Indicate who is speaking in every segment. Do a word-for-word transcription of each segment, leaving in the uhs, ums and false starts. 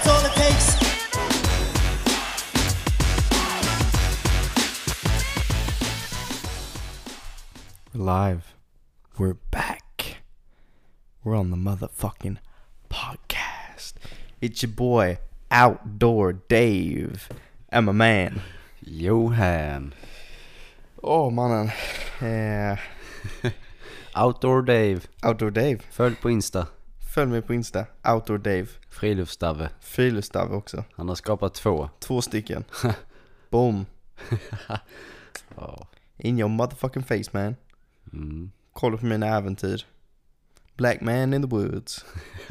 Speaker 1: that's all it takes.
Speaker 2: We're live. We're back. We're on the motherfucking podcast. It's your boy, Outdoor Dave. And my man,
Speaker 3: Johan.
Speaker 2: Åh, oh, mannen. Eh,
Speaker 3: Outdoor Dave.
Speaker 2: Outdoor Dave.
Speaker 3: Följ på Insta.
Speaker 2: Följ mig på Insta. Outdoor Dave.
Speaker 3: Friluftsdave.
Speaker 2: Friluftsdave också.
Speaker 3: Han har skapat två.
Speaker 2: Två stycken. Boom.
Speaker 3: Oh.
Speaker 2: In your motherfucking face, man.
Speaker 3: Mm.
Speaker 2: Kolla på mina äventyr. Black man in the woods.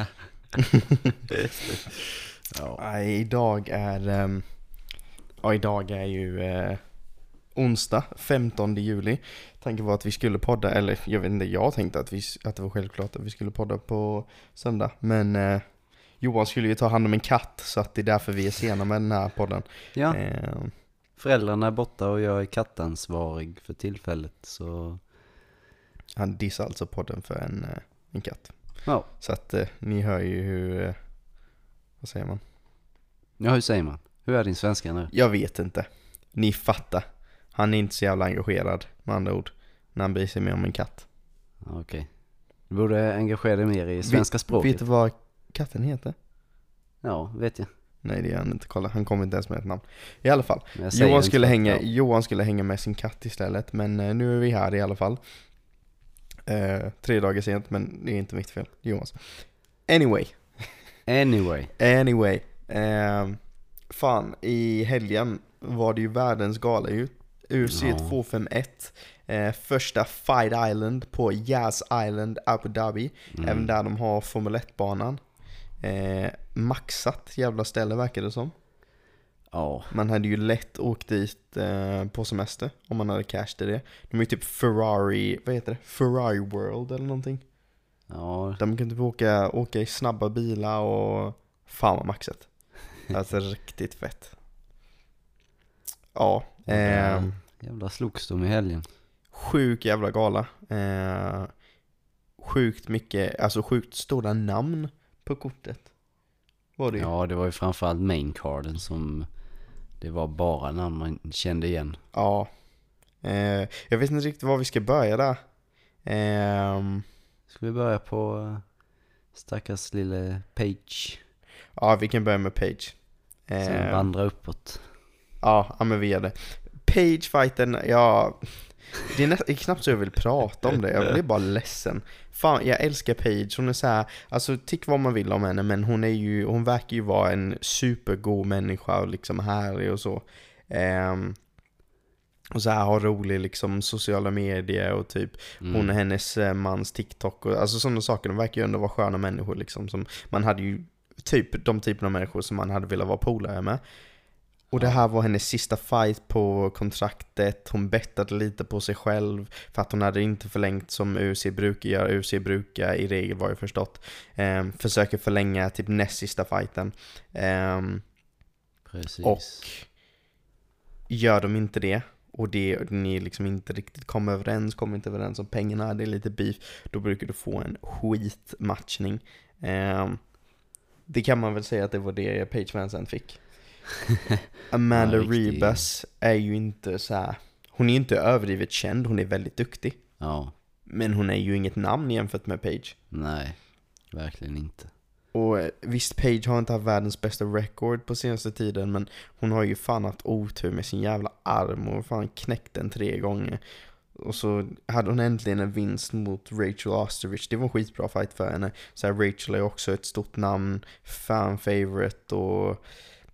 Speaker 3: Ja.
Speaker 2: Nej, idag är um, ja, idag är ju uh, onsdag femtonde juli. Tanken var att vi skulle podda, eller jag vet inte, jag tänkte att, vi, att det var självklart att vi skulle podda på söndag. Men uh, Johan skulle ju ta hand om en katt, så att det är därför vi är sena med den här podden.
Speaker 3: Ja.
Speaker 2: uh,
Speaker 3: Föräldrarna är borta och jag är kattansvarig för tillfället, så...
Speaker 2: Han dissar alltså podden för en, uh, en katt.
Speaker 3: Ja.
Speaker 2: Så att uh, ni hör ju hur... Uh, vad säger man?
Speaker 3: Ja, hur säger man? Hur är din svenska nu?
Speaker 2: Jag vet inte. Ni fattar. Han är inte så jävla engagerad, med andra ord, när han bryr sig med om en katt.
Speaker 3: Okej. Okay. Du borde engagera dig mer i svenska
Speaker 2: vet,
Speaker 3: språket.
Speaker 2: Vet du vad katten heter?
Speaker 3: Ja, vet jag.
Speaker 2: Nej, det gör han inte. Kolla, han kommer inte ens med ett namn. I alla fall.
Speaker 3: Johan
Speaker 2: skulle, hänga, Johan skulle hänga med sin katt istället. Men uh, nu är vi här i alla fall. Uh, tre dagar sent, men det är inte mitt fel. Johans. Anyway.
Speaker 3: Anyway.
Speaker 2: Anyway. Uh, fan, i helgen var det ju världens gala ju. U F C
Speaker 3: ja.
Speaker 2: tvåhundrafemtioett. Eh, första Fight Island på Yas Island, Abu Dhabi. Mm. Även där de har Formel ett-banan. Eh, maxat jävla ställe verkar det som.
Speaker 3: Ja.
Speaker 2: Man hade ju lätt åkt dit eh, på semester om man hade cash till det. De är ju typ Ferrari, vad heter det? Ferrari World eller någonting.
Speaker 3: Ja.
Speaker 2: De kan typ åka, åka i snabba bilar och fan vad maxat. Alltså riktigt fett. Ja. Eh,
Speaker 3: jävla slogs de i helgen.
Speaker 2: Sjuk jävla gala. Eh, sjukt mycket, alltså sjukt stora namn på kortet. Var det ju?
Speaker 3: Ja, det var ju framförallt main carden som det var bara namn man kände igen.
Speaker 2: Ja. Eh, jag vet inte riktigt var vi ska börja där. Eh,
Speaker 3: ska vi börja på stackars lille Page?
Speaker 2: Ja, vi kan börja med Page.
Speaker 3: Eh, Sen vandra uppåt.
Speaker 2: Ja, ja, men vi gör det. Page-fighten, ja... Det är, näst, det är knappt så jag vill prata om det. Jag blir bara ledsen. Fan, jag älskar Paige. Hon är så här, alltså tyck vad man vill om henne, men hon är ju, hon verkar ju vara en supergod människa och liksom härlig och så. Um, och så här har rolig liksom sociala medier och typ mm. hon och hennes mans TikTok och alltså sådana saker. De verkar ju ändå vara sköna människor liksom, som man hade ju typ de typerna av människor som man hade velat vara polare med. Och det här var hennes sista fight på kontraktet. Hon bettade lite på sig själv för att hon hade inte förlängt som U F C brukar göra. U F C brukar i regel, var jag förstått, eh, försöker förlänga typ näst sista fighten. Eh,
Speaker 3: Precis.
Speaker 2: Och gör de inte det, och det, ni liksom inte riktigt kommer överens, kommer inte överens om pengarna, det är lite beef, då brukar du få en skitmatchning. Eh, det kan man väl säga att det var det Page Van fick. Amanda ja, Ribas är ju inte så här, hon är inte överdrivet känd, hon är väldigt duktig.
Speaker 3: Ja.
Speaker 2: Men hon är ju inget namn jämfört med Page.
Speaker 3: Nej, verkligen inte.
Speaker 2: Och visst, Page har inte haft världens bästa record på senaste tiden, men hon har ju fan haft otur med sin jävla arm och fan knäckt den tre gånger. Och så hade hon äntligen en vinst mot Rachel Osterich. Det var en skitbra fight för henne. Så här, Rachel är också ett stort namn, fan favorite och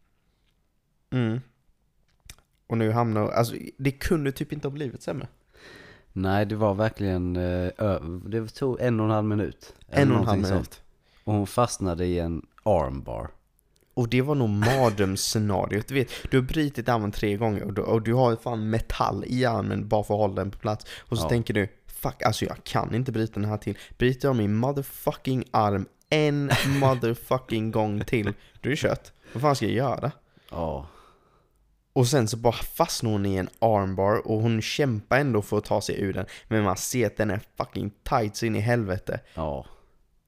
Speaker 2: Mm. Och nu hamnar, alltså det kunde typ inte ha blivit sämre.
Speaker 3: Nej, det var verkligen ö, det tog en och en halv minut.
Speaker 2: En och en halv minut. Sånt.
Speaker 3: Och hon fastnade i en armbar.
Speaker 2: Och det var nog mardrömsscenariot. Du vet, du har brutit armen tre gånger och du, och du har fan metall i armen bara för att hålla den på plats. Och så ja. tänker du, fuck, alltså jag kan inte bryta den här till. Bryter jag min motherfucking arm en motherfucking gång till, då är det kört. Vad fan ska jag göra?
Speaker 3: Ja.
Speaker 2: Och sen så bara fastnar hon i en armbar och hon kämpar ändå för att ta sig ur den. Men man ser att den är fucking tight så in i helvete.
Speaker 3: Ja.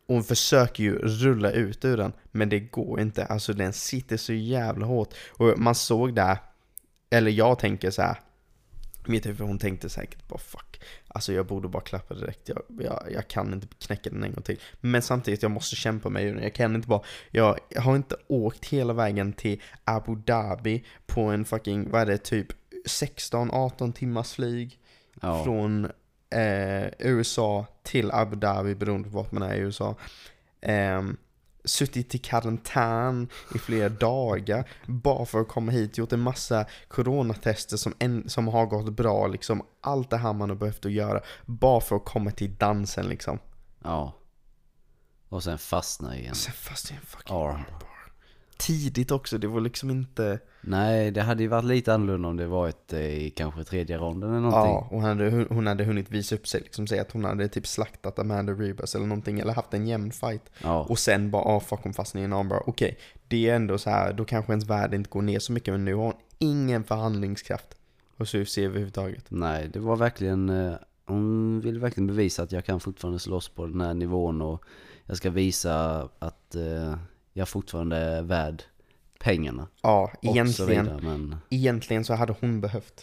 Speaker 2: hon försöker ju rulla ut ur den, men det går inte. Alltså den sitter så jävla hårt. Och man såg där, eller jag tänker så här, mitt huvud, hon tänkte säkert bara fuck. Alltså jag borde bara klappa direkt. Jag, jag, jag kan inte knäcka den en gång till. Men samtidigt, jag måste kämpa mig. Jag kan inte bara, jag har inte åkt hela vägen till Abu Dhabi på en fucking, vad är det, typ sexton arton timmars flyg. Ja. Från eh, U S A till Abu Dhabi, beroende på vart man är i U S A. Eh, suttit i karantän i flera dagar bara för att komma hit, gjort en massa coronatester som, en, som har gått bra, liksom allt det här man har behövt att göra bara för att komma till dansen liksom.
Speaker 3: Ja. Och sen fastna igen.
Speaker 2: Sen fastna i en fucking
Speaker 3: armbar.
Speaker 2: armbar. Tidigt också, det var liksom inte...
Speaker 3: Nej, det hade ju varit lite annorlunda om det varit i kanske tredje ronden eller någonting.
Speaker 2: Ja, och hon hade, hon hade hunnit visa upp sig, liksom säga att hon hade typ slaktat Amanda Ribas eller någonting, eller haft en jämn fight.
Speaker 3: Ja.
Speaker 2: Och sen bara, ah fuck, hon fastnade i en armbar. Okej, okay, det är ändå så här, då kanske ens värde inte går ner så mycket, men nu har hon ingen förhandlingskraft hos U F C överhuvudtaget.
Speaker 3: Nej, det var verkligen, hon ville verkligen bevisa att jag kan fortfarande slåss på den här nivån, och jag ska visa att jag fortfarande är värd pengarna.
Speaker 2: Ja, egentligen
Speaker 3: så vidare, men...
Speaker 2: egentligen så hade hon behövt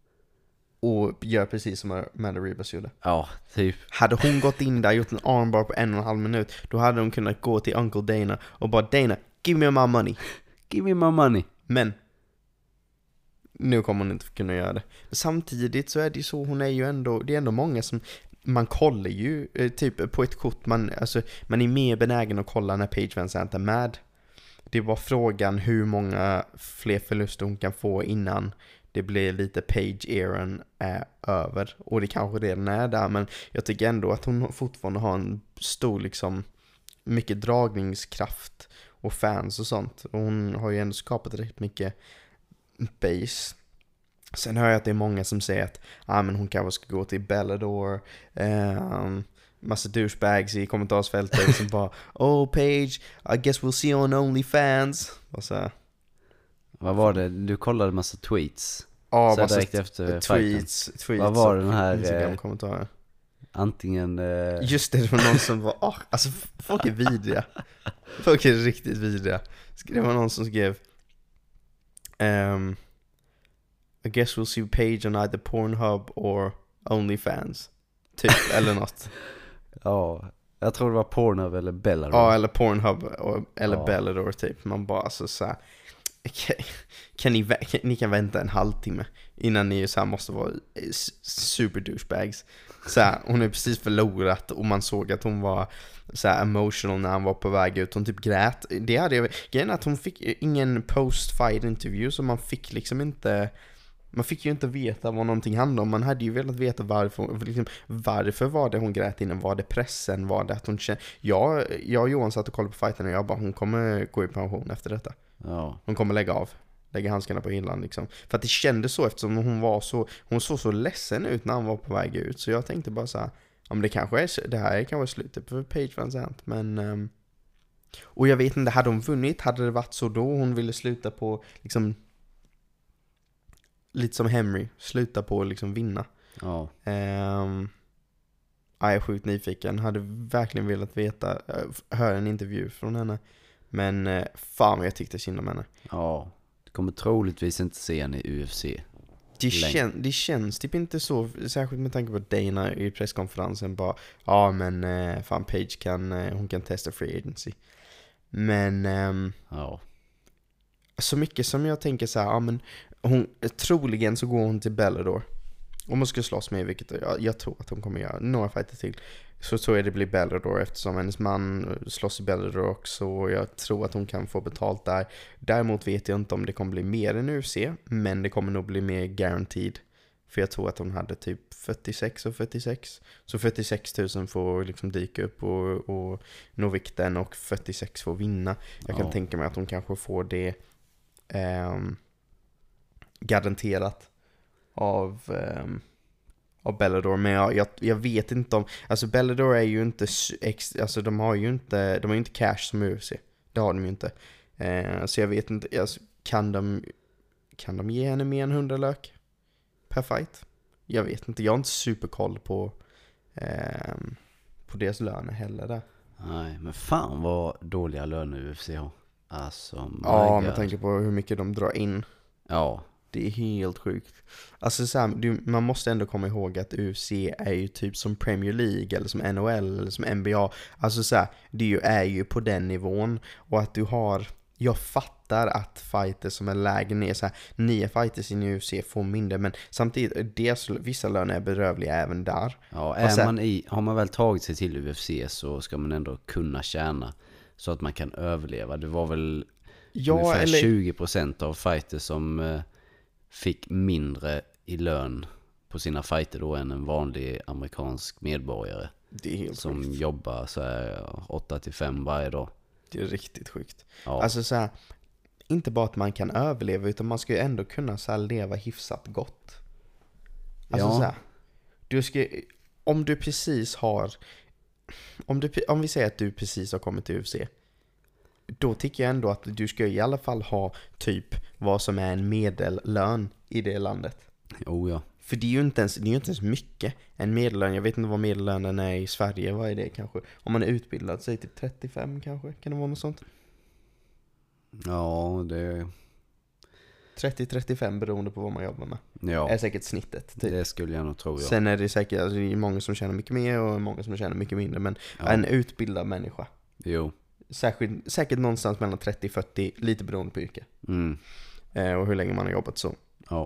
Speaker 2: och gör precis som Amanda Ribas gjorde.
Speaker 3: Ja, typ.
Speaker 2: Hade hon gått in där, gjort en armbar på en och en halv minut, då hade hon kunnat gå till Uncle Dana och bara, Dana, give me my money.
Speaker 3: Give me my money.
Speaker 2: Men nu kommer hon inte kunna göra det. Men samtidigt så är det ju så, hon är ju ändå, det är ändå många som, man kollar ju eh, typ på ett kort, man, alltså, man är mer benägen att kolla när Paige VanZant är med. Det var frågan hur många fler förluster hon kan få innan det blir lite Paige-eran är över. Och det kanske redan är där, men jag tycker ändå att hon fortfarande har en stor, liksom, mycket dragningskraft och fans och sånt. Och hon har ju ändå skapat rätt mycket base. Sen hör jag att det är många som säger att ah, men hon kanske ska gå till Bellator. Um, massa douchebags i kommentarsfältet som bara, oh Paige, I guess we'll see on OnlyFans. Och så.
Speaker 3: Vad var det? Du kollade massa tweets.
Speaker 2: Ja,
Speaker 3: så
Speaker 2: massa
Speaker 3: direkt efter
Speaker 2: tweets, tweets.
Speaker 3: Vad var den här
Speaker 2: Instagram-kommentarer?
Speaker 3: Antingen eh...
Speaker 2: Just det, det var någon som var oh, alltså folk är vidriga. Folk är riktigt vidriga. Det var någon som skrev um, I guess we'll see Paige on either Pornhub or OnlyFans. Typ, eller något.
Speaker 3: Ja, jag tror det var Pornhub eller Bellator.
Speaker 2: Ja, eller Pornhub och, eller ja. Bellator typ. Man bara alltså så här, okay. kan, ni, kan ni kan vänta en halvtimme innan ni så här måste vara super douchebags. Så här, hon har precis förlorat och man såg att hon var så här emotional när han var på väg ut. Hon typ grät. Det hade jag, grejen är att hon fick ingen post-fight interview, så man fick liksom inte, man fick ju inte veta vad någonting handlade om. Man hade ju velat veta varför, liksom, varför var det hon grät innan? Var det pressen? Var det att hon kände... Jag, jag och Johan satt och kollade på fighten och jag bara, hon kommer gå i pension efter detta.
Speaker 3: Ja.
Speaker 2: Hon kommer lägga av. Lägga handskarna på hyllan liksom. För att det kändes så, eftersom hon var så, hon såg så ledsen ut när han var på väg ut. Så jag tänkte bara så här, ja, men det kanske är, det här är kanske slutet för Paige VanZant. Men um, och jag vet inte, hade hon vunnit, hade det varit så då hon ville sluta på liksom lite som Henry, sluta på liksom vinna.
Speaker 3: Ja.
Speaker 2: Um, jag är sjukt nyfiken. Hade verkligen velat veta, höra en intervju från henne. Men uh, fan vad jag tyckte synd om henne.
Speaker 3: Ja, du kommer troligtvis inte se henne i U F C.
Speaker 2: Det, kän, det känns typ inte så, särskilt med tanke på Dana i presskonferensen bara, ja men uh, fan Paige kan, uh, hon kan testa free agency. Men um,
Speaker 3: ja.
Speaker 2: Så mycket som jag tänker så här, ja men hon, troligen så går hon till Bellator. Om hon ska slåss med, vilket jag, jag tror att hon kommer göra några fighter till, så tror jag det blir Bellator, eftersom hennes man slåss i Bellator också, och jag tror att hon kan få betalt där. Däremot vet jag inte om det kommer bli mer än U F C, men det kommer nog bli mer guaranteed, för jag tror att hon hade typ fyrtiosex och fyrtiosex, så fyrtiosex tusen får liksom dyka upp och, och nå vikten, och fyrtiosex får vinna. Jag kan
Speaker 3: ja.
Speaker 2: tänka mig att hon kanske får det um, garanterat av um, av Bellator, men jag, jag, jag vet inte om, alltså Bellator är ju inte ex, alltså de har ju inte de har ju inte cash som U F C. Det har de ju inte. Eh, så jag vet inte, alltså, kan de kan de ge henne mer än hundra lök per fight? Jag vet inte, jag har inte superkoll på eh, på deras löner heller där.
Speaker 3: Nej, men fan vad dåliga löner U F C har. Alltså, my
Speaker 2: Ja,
Speaker 3: God.
Speaker 2: med tanke på hur mycket de drar in.
Speaker 3: Ja,
Speaker 2: Det är helt sjukt. Alltså så här, du, man måste ändå komma ihåg att U F C är ju typ som Premier League eller som N H L eller som N B A. Alltså så här, det är ju, är ju på den nivån. Och att du har, jag fattar att fighters som är lägre ner, så här, nio fighters i U F C får mindre, men samtidigt, dels vissa löner är berövliga även där.
Speaker 3: ja är
Speaker 2: sen,
Speaker 3: man i, har man väl tagit sig till U F C så ska man ändå kunna tjäna så att man kan överleva. Det var väl
Speaker 2: ja,
Speaker 3: ungefär
Speaker 2: eller,
Speaker 3: tjugo procent av fighters som eh, fick mindre i lön på sina fighter då än en vanlig amerikansk medborgare
Speaker 2: det är helt
Speaker 3: som
Speaker 2: sjukt.
Speaker 3: jobbar så här åtta till fem varje dag.
Speaker 2: Det är riktigt sjukt.
Speaker 3: Ja.
Speaker 2: Alltså så här, inte bara att man kan överleva, utan man ska ju ändå kunna så här leva hyfsat gott. Alltså
Speaker 3: Ja.
Speaker 2: så här, du ska, om du precis har, om, du, om vi säger att du precis har kommit till U F C, då tycker jag ändå att du ska i alla fall ha typ vad som är en medellön i det landet.
Speaker 3: Oh ja.
Speaker 2: För det är ju inte ens, det är ju inte ens mycket. En medellön, jag vet inte vad medellönen är i Sverige, vad är det kanske? Om man är utbildad, säg typ trettiofem kanske, kan det vara något sånt?
Speaker 3: Ja, det
Speaker 2: trettio till trettiofem beroende på vad man jobbar med.
Speaker 3: ja,
Speaker 2: Är säkert snittet. Typ.
Speaker 3: det skulle jag nog tro. Ja.
Speaker 2: Sen är det säkert, alltså, det är många som tjänar mycket mer och många som tjänar mycket mindre. Men
Speaker 3: Ja.
Speaker 2: en utbildad människa,
Speaker 3: Jo.
Speaker 2: Särskilt, säkert någonstans mellan trettio till fyrtio, lite beroende på yrke.
Speaker 3: Mm.
Speaker 2: Eh, och hur länge man har jobbat så.
Speaker 3: Ja.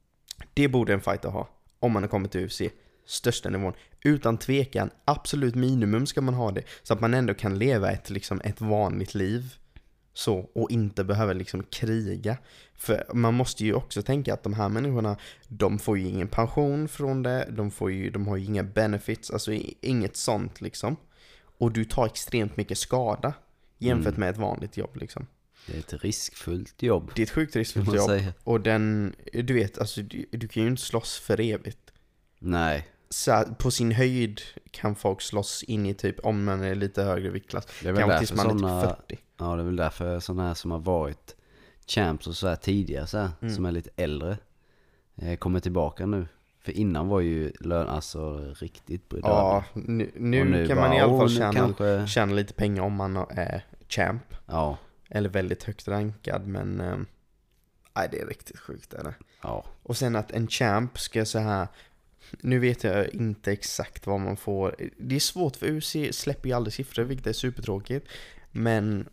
Speaker 2: Det borde en fighter ha, om man har kommit till U F C. Största nivån. Utan tvekan, absolut minimum ska man ha det. Så att man ändå kan leva ett, liksom, ett vanligt liv. Så, och inte behöver liksom kriga. För man måste ju också tänka att de här människorna, de får ju ingen pension från det. De, får ju, de har ju inga benefits, alltså inget sånt liksom. Och du tar extremt mycket skada jämfört
Speaker 3: Mm.
Speaker 2: med ett vanligt jobb liksom.
Speaker 3: Det är ett riskfullt jobb.
Speaker 2: Det är ett sjukt riskfyllt
Speaker 3: kan man
Speaker 2: jobb.
Speaker 3: säga.
Speaker 2: Och den, du vet, alltså du, du kan ju inte slåss för evigt.
Speaker 3: Nej,
Speaker 2: Så här, på sin höjd kan folk slåss in i typ, om man är lite högre viktklass,
Speaker 3: det är väl
Speaker 2: kanske tills
Speaker 3: därför
Speaker 2: man är
Speaker 3: såna,
Speaker 2: typ fyrtio.
Speaker 3: ja, det är väl därför sådana här som har varit champs och så här tidigare så här,
Speaker 2: Mm.
Speaker 3: som är lite äldre eh, kommer tillbaka nu. För innan var ju lön alltså riktigt bedrövlig.
Speaker 2: Ja, nu, nu,
Speaker 3: Och nu
Speaker 2: kan
Speaker 3: bara,
Speaker 2: man i alla
Speaker 3: åh,
Speaker 2: fall
Speaker 3: nu
Speaker 2: tjäna,
Speaker 3: kanske-
Speaker 2: tjäna lite pengar om man är champ.
Speaker 3: Ja,
Speaker 2: Eller väldigt högt rankad, men eh, nej, det är riktigt sjukt är det.
Speaker 3: ja.
Speaker 2: Och sen att en champ ska så här, nu vet jag inte exakt vad man får. Det är svårt för U F C släpper ju aldrig siffror, vilket är supertråkigt. Men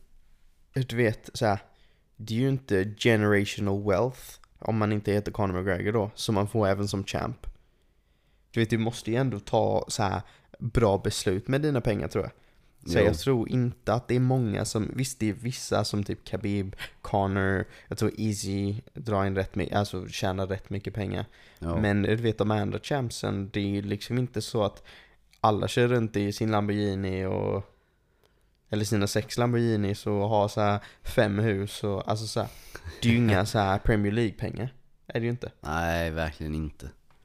Speaker 2: du vet så här, det är ju inte generational wealth om man inte heter Conor McGregor då, som man får även som champ. Du vet, du måste ju ändå ta så här bra beslut med dina pengar, tror jag. Så
Speaker 3: Jo.
Speaker 2: jag tror inte att det är många som, visst det är vissa som typ Khabib, Conor, jag tror Easy drar in rätt mycket, alltså tjänar rätt mycket pengar.
Speaker 3: Ja.
Speaker 2: Men du vet, de andra champsen, det är ju liksom inte så att alla kör runt i sin Lamborghini och eller sina sex Lamborghinis och har så här fem hus och alltså så här, det är ju inga så här Premier League pengar. Är det ju inte.
Speaker 3: Nej, verkligen inte.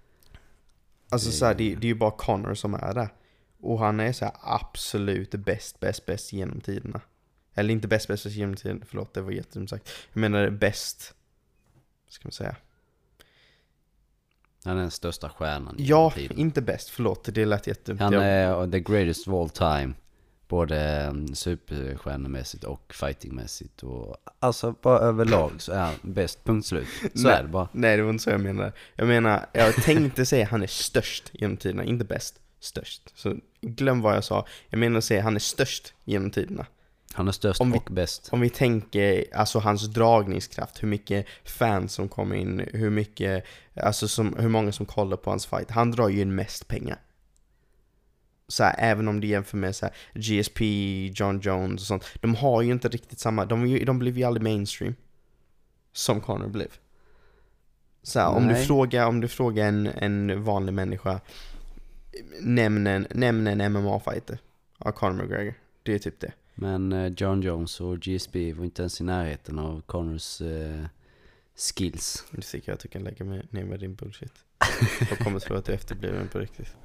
Speaker 2: Alltså
Speaker 3: Det-
Speaker 2: så här, det, det är ju bara Conor som är där. Och han är så här absolut bäst, bäst, bäst genom tiderna. Eller inte bäst, bäst, bäst genom tiderna, förlåt, det var jättedumt sagt. Jag menar bäst, ska man säga.
Speaker 3: Han är den största stjärnan i
Speaker 2: Ja,
Speaker 3: tiden.
Speaker 2: inte bäst, förlåt, det lät jättedumt.
Speaker 3: Han
Speaker 2: Jag-
Speaker 3: är the greatest of all time. Både um, superstjärnemässigt och fightingmässigt. Och, alltså bara överlag så är han bäst, punkt slut. Så
Speaker 2: Nej.
Speaker 3: är det bara.
Speaker 2: Nej, det var inte så jag menade. Jag menar, jag tänkte säga han är störst genom tiderna, inte bäst, störst. Så glöm vad jag sa. Jag menar att säga han är störst genom tiderna.
Speaker 3: Han är störst
Speaker 2: Om vi-
Speaker 3: och bäst.
Speaker 2: Om vi tänker, alltså hans dragningskraft, hur mycket fans som kommer in, hur mycket, alltså som, hur många som kollar på hans fight. Han drar ju in mest pengar. Så här, även om det jämför med så här, G S P, John Jones och sånt. De har ju inte riktigt samma, de, är ju- de blev ju aldrig mainstream. Som Conor blev. Så här, om du
Speaker 3: Nej.
Speaker 2: frågar, om du frågar en, en vanlig människa, nämn en, nämn en M M A-fighter av Conor McGregor. Det är typ det.
Speaker 3: Men eh, John Jones och G S P var inte ens i närheten av Conors eh, skills.
Speaker 2: Nu tycker jag att du kan lägga mig ner med din bullshit. Jag kommer tro att du är efterbliven på riktigt.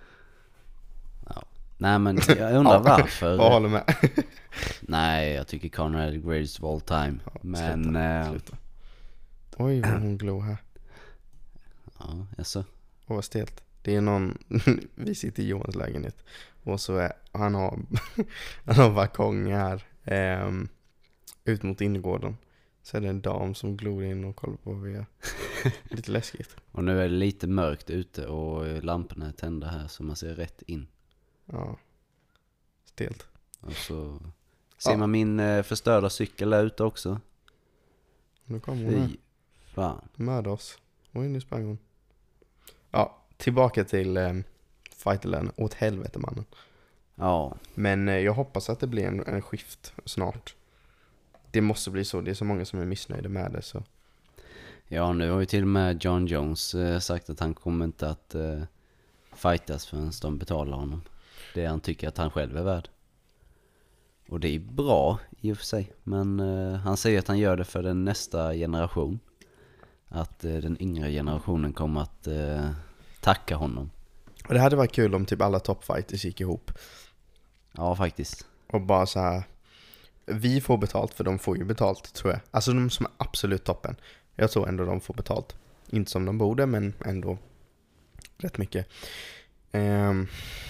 Speaker 3: Nej, men jag undrar
Speaker 2: Ja,
Speaker 3: varför.
Speaker 2: Jag håller med.
Speaker 3: Nej, jag tycker Conor är the greatest of all time. Men,
Speaker 2: sluta,
Speaker 3: eh,
Speaker 2: sluta. Oj, vad hon glor här.
Speaker 3: ja, alltså.
Speaker 2: Åh, vad stelt. Det är någon, vi sitter i Johans lägenhet. Och så är, han har han har balkong här eh, ut mot innergården. Så är det en dam som glor in och kollar på vad vi gör. Lite läskigt.
Speaker 3: Och nu är det lite mörkt ute och lamporna är tända här så man ser rätt in.
Speaker 2: Ja. Stelt.
Speaker 3: Och så ser
Speaker 2: Ja.
Speaker 3: man min eh, förstörda cykel där ute också.
Speaker 2: Nu kommer hon här.
Speaker 3: Fy fan.
Speaker 2: Mörda oss. Oj, nu sprang hon. Ja, tillbaka till eh, Fighterland. Åt helvete, mannen.
Speaker 3: Ja,
Speaker 2: Men eh, jag hoppas att det blir en, en skift snart. Det måste bli så. Det är så många som är missnöjda med det. Så.
Speaker 3: ja nu har ju till och med John Jones eh, sagt att han kommer inte att eh, fightas förrän de betalar honom. Det han tycker att han själv är värd. Och det är bra i och för sig. Men eh, han säger att han gör det för den nästa generation. Att eh, den yngre generationen kommer att eh, tacka honom.
Speaker 2: Och det hade varit kul om typ alla topfighters gick ihop.
Speaker 3: Ja, faktiskt.
Speaker 2: Och bara så här. Vi får betalt, för de får ju betalt, tror jag. Alltså de som är absolut toppen. Jag tror ändå de får betalt. Inte som de borde, men ändå rätt mycket. Ehm,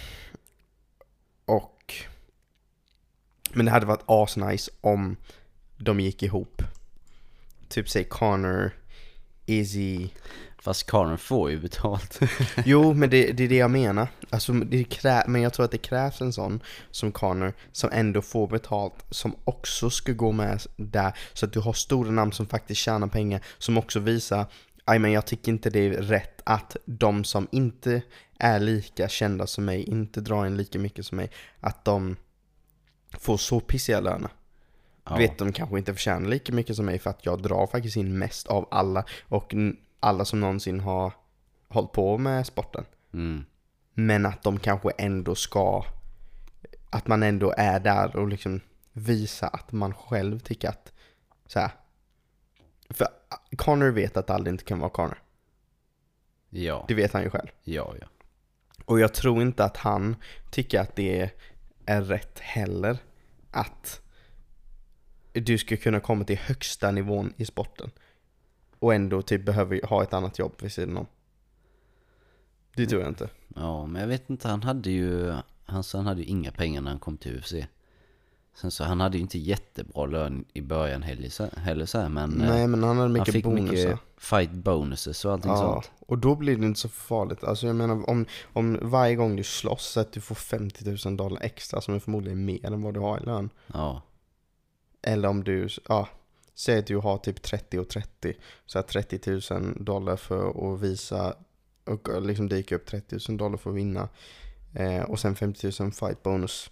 Speaker 2: och men det hade varit asnice om de gick ihop. Typ säg Conor, Izzy.
Speaker 3: Fast Conor får ju betalt.
Speaker 2: Jo, men det, det är det jag menar. Alltså, det krä, men jag tror att det krävs en sån som Conor som ändå får betalt, som också ska gå med där, så att du har stora namn som faktiskt tjänar pengar, som också visar, aj men jag tycker inte det är rätt att de som inte är lika kända som mig, inte drar in lika mycket som mig, att de får så pissiga löner.
Speaker 3: Ja.
Speaker 2: Vet, de kanske inte förtjänar lika mycket som mig, för att jag drar faktiskt in mest av alla, och n- alla som någonsin har hållit på med sporten.
Speaker 3: Mm.
Speaker 2: Men att de kanske ändå ska, att man ändå är där och liksom visa att man själv tycker att så här. För Conor vet att alla inte kan vara Conor.
Speaker 3: Ja.
Speaker 2: Det vet han ju själv.
Speaker 3: Ja, ja.
Speaker 2: Och jag tror inte att han tycker att det är rätt heller, att du ska kunna komma till högsta nivån i sporten och ändå typ behöver ha ett annat jobb vid sidan om. Det tror jag inte.
Speaker 3: Ja, men jag vet inte, han hade ju han, så han hade ju inga pengar när han kom till U F C. Sen så han hade ju inte jättebra lön i början heller så, heller så här, men
Speaker 2: Nej, men han hade mycket
Speaker 3: han fick
Speaker 2: bonusar.
Speaker 3: mycket fight bonuses och allting
Speaker 2: Ja,
Speaker 3: sånt.
Speaker 2: och då blir det inte så farligt. Alltså jag menar, om, om varje gång du slåss så att du får femtio tusen dollar extra, som är förmodligen mer än vad du har i lön.
Speaker 3: Ja.
Speaker 2: Eller om du, ja, säg att du har typ trettio och trettio, så att trettio tusen dollar för att visa och liksom dyka upp trettio tusen dollar för att vinna, eh, och sen femtio tusen fight bonus.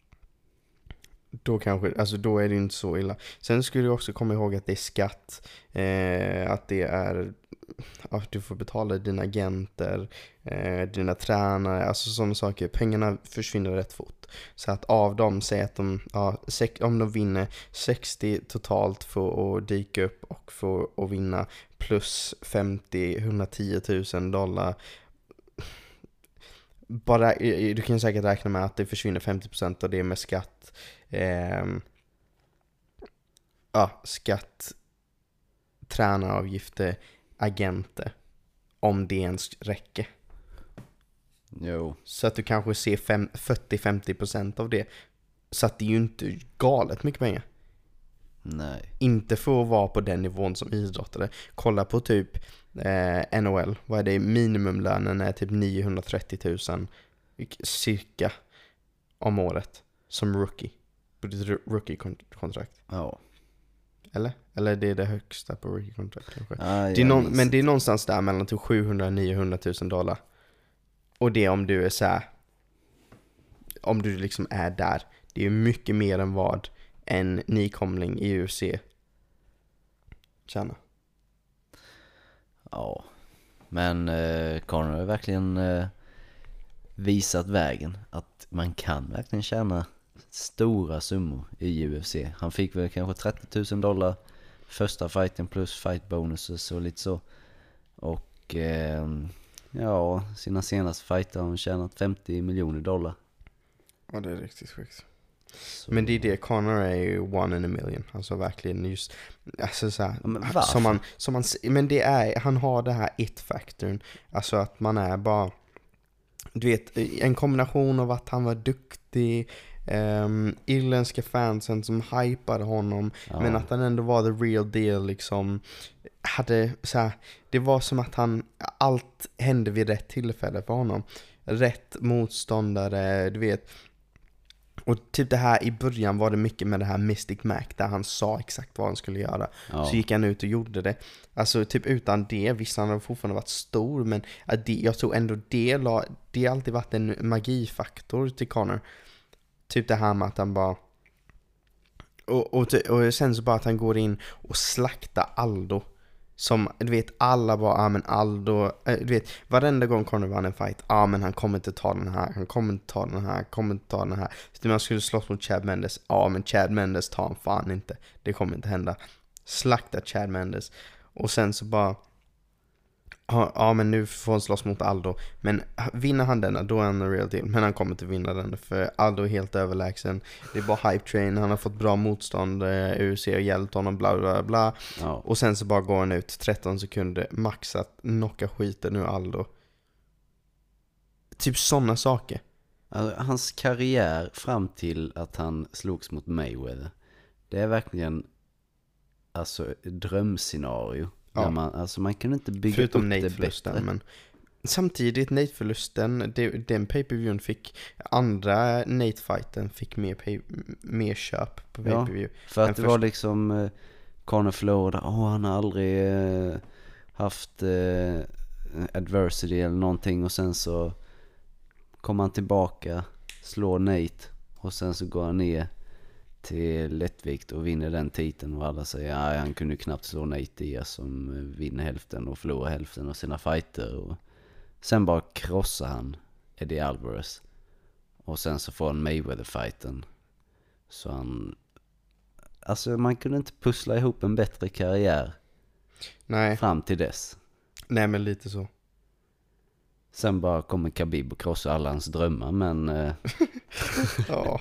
Speaker 2: Då kanske, alltså då är det inte så illa. Sen skulle du också komma ihåg att det är skatt, eh, att det är att du får betala dina agenter, eh, dina tränare, alltså sådana saker. Pengarna försvinner rätt fort. Så att av dem, säger att de, ja, sex, om de vinner sextio totalt för att dyka upp och för att vinna, plus femtio, hundratio tusen dollar. Bara, du kan säkert räkna med att det försvinner femtio procent av det med skatt. Eh, ja, skatt, tränaravgifter, agenter, om det ens räcker.
Speaker 3: Jo.
Speaker 2: Så att du kanske ser fyrtio till femtio procent av det. Så att det är ju inte galet mycket pengar.
Speaker 3: Nej.
Speaker 2: Inte för att vara på den nivån som idrottare. Kolla på typ eh, N H L. Vad är det? Minimumlönen är typ niohundratrettio tusen cirka om året som rookie. På ditt rookie-kontrakt.
Speaker 3: Ja.
Speaker 2: Eller? Eller det är det högsta på rookie-kontrakt kanske.
Speaker 3: Ah,
Speaker 2: Det är någon, men det är någonstans där mellan till sjuhundra till niohundra tusen dollar. Och det om du är så här, om du liksom är där. Det är mycket mer än vad en nykomling i U F C tjänar.
Speaker 3: Ja. Men eh, Conor har verkligen eh, visat vägen att man kan verkligen tjäna stora summor i U F C. Han fick väl kanske trettio tusen dollar första fighten plus fight bonuses och lite så. Och eh, ja, sina senaste fighter har han tjänat femtio miljoner dollar.
Speaker 2: Ja, det är riktigt sjukt.
Speaker 3: Så.
Speaker 2: Men det är det, Conor är ju one in a million. Alltså verkligen just, alltså så här,
Speaker 3: Ja, men varför?
Speaker 2: som man, som man, men det är, han har det här it-faktorn. Alltså att man är bara, du vet, en kombination av att han var duktig, um, irländska fansen som hypade honom,
Speaker 3: Ja.
Speaker 2: men att han ändå var the real deal liksom. Hade så här, det var som att han, allt hände vid rätt tillfälle för honom. Rätt motståndare, du vet. Och typ det här i början var det mycket med det här Mystic Mac, där han sa exakt vad han skulle göra.
Speaker 3: Ja.
Speaker 2: Så gick han ut och gjorde det. Alltså typ utan det, visst han hade fortfarande varit stor, men att det, jag tror ändå det, la, det har alltid varit en magifaktor till Conor. Typ det här med att han bara... Och, och, och sen så bara att han går in och slaktar Aldo. Som, du vet, alla bara, ja ah, men Aldo, äh, du vet, varenda gång Conor vann en fight, ja ah, men han kommer inte ta den här, han kommer inte ta den här, han kommer inte ta den här. Så man skulle slåss mot Chad Mendes, ja ah, men Chad Mendes tar han fan inte, det kommer inte hända. Slakta Chad Mendes. Och sen så bara, ja ah, men nu får han slåss mot Aldo. Men vinner han denna, då är han en real deal. Men han kommer inte vinna den, för Aldo är helt överlägsen. Det är bara hype train, han har fått bra motstånd, U F C har hjälpt honom, bla bla bla.
Speaker 3: Ja.
Speaker 2: Och sen så bara går han ut tretton sekunder, maxat, knocka skiten nu Aldo. Typ sådana saker.
Speaker 3: Alltså, hans karriär fram till att han slogs mot Mayweather, det är verkligen alltså ett drömscenario.
Speaker 2: Ja.
Speaker 3: Där man, alltså man kan inte bygga
Speaker 2: Förutom
Speaker 3: upp det
Speaker 2: Nate-förlusten,
Speaker 3: bättre.
Speaker 2: men samtidigt Nate-förlusten, det, den pay-per-viewen fick, andra Nate-fighten fick mer, pay, mer köp på pay-per-view.
Speaker 3: Ja, för att
Speaker 2: Men
Speaker 3: det
Speaker 2: först-
Speaker 3: var liksom eh, Conor förlorade, åh han har aldrig eh, haft eh, adversity eller någonting, och sen så kommer han tillbaka, slår Nate, och sen så går han ner till lättvikt och vinner den titeln, och alla säger ja, han kunde knappt slå Nate Diaz som vinner hälften och förlorar hälften av sina fighter, och sen bara krossar han Eddie Alvarez, och sen så får han Mayweather-fighten. Så han, alltså man kunde inte pussla ihop en bättre karriär
Speaker 2: Nej,
Speaker 3: fram till dess.
Speaker 2: nej men lite så.
Speaker 3: Sen bara kommer Khabib och krossar alla hans drömmar, men eh,
Speaker 2: Ja.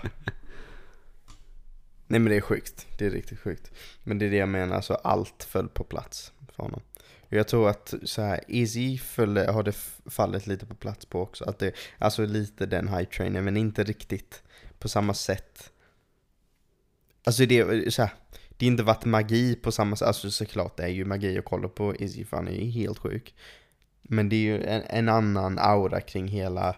Speaker 2: Nej men det är sjukt, det är riktigt sjukt. Men det är det jag menar, alltså allt föll på plats för honom. Och jag tror att så här Izzy följde, har det fallit lite på plats på också. Att det, alltså lite den hype trainen, men inte riktigt på samma sätt. Alltså det är så här, det har inte varit magi på samma sätt. Alltså såklart det är ju magi att kolla på Izzy, för han är ju helt sjuk. Men det är ju en, en annan aura kring hela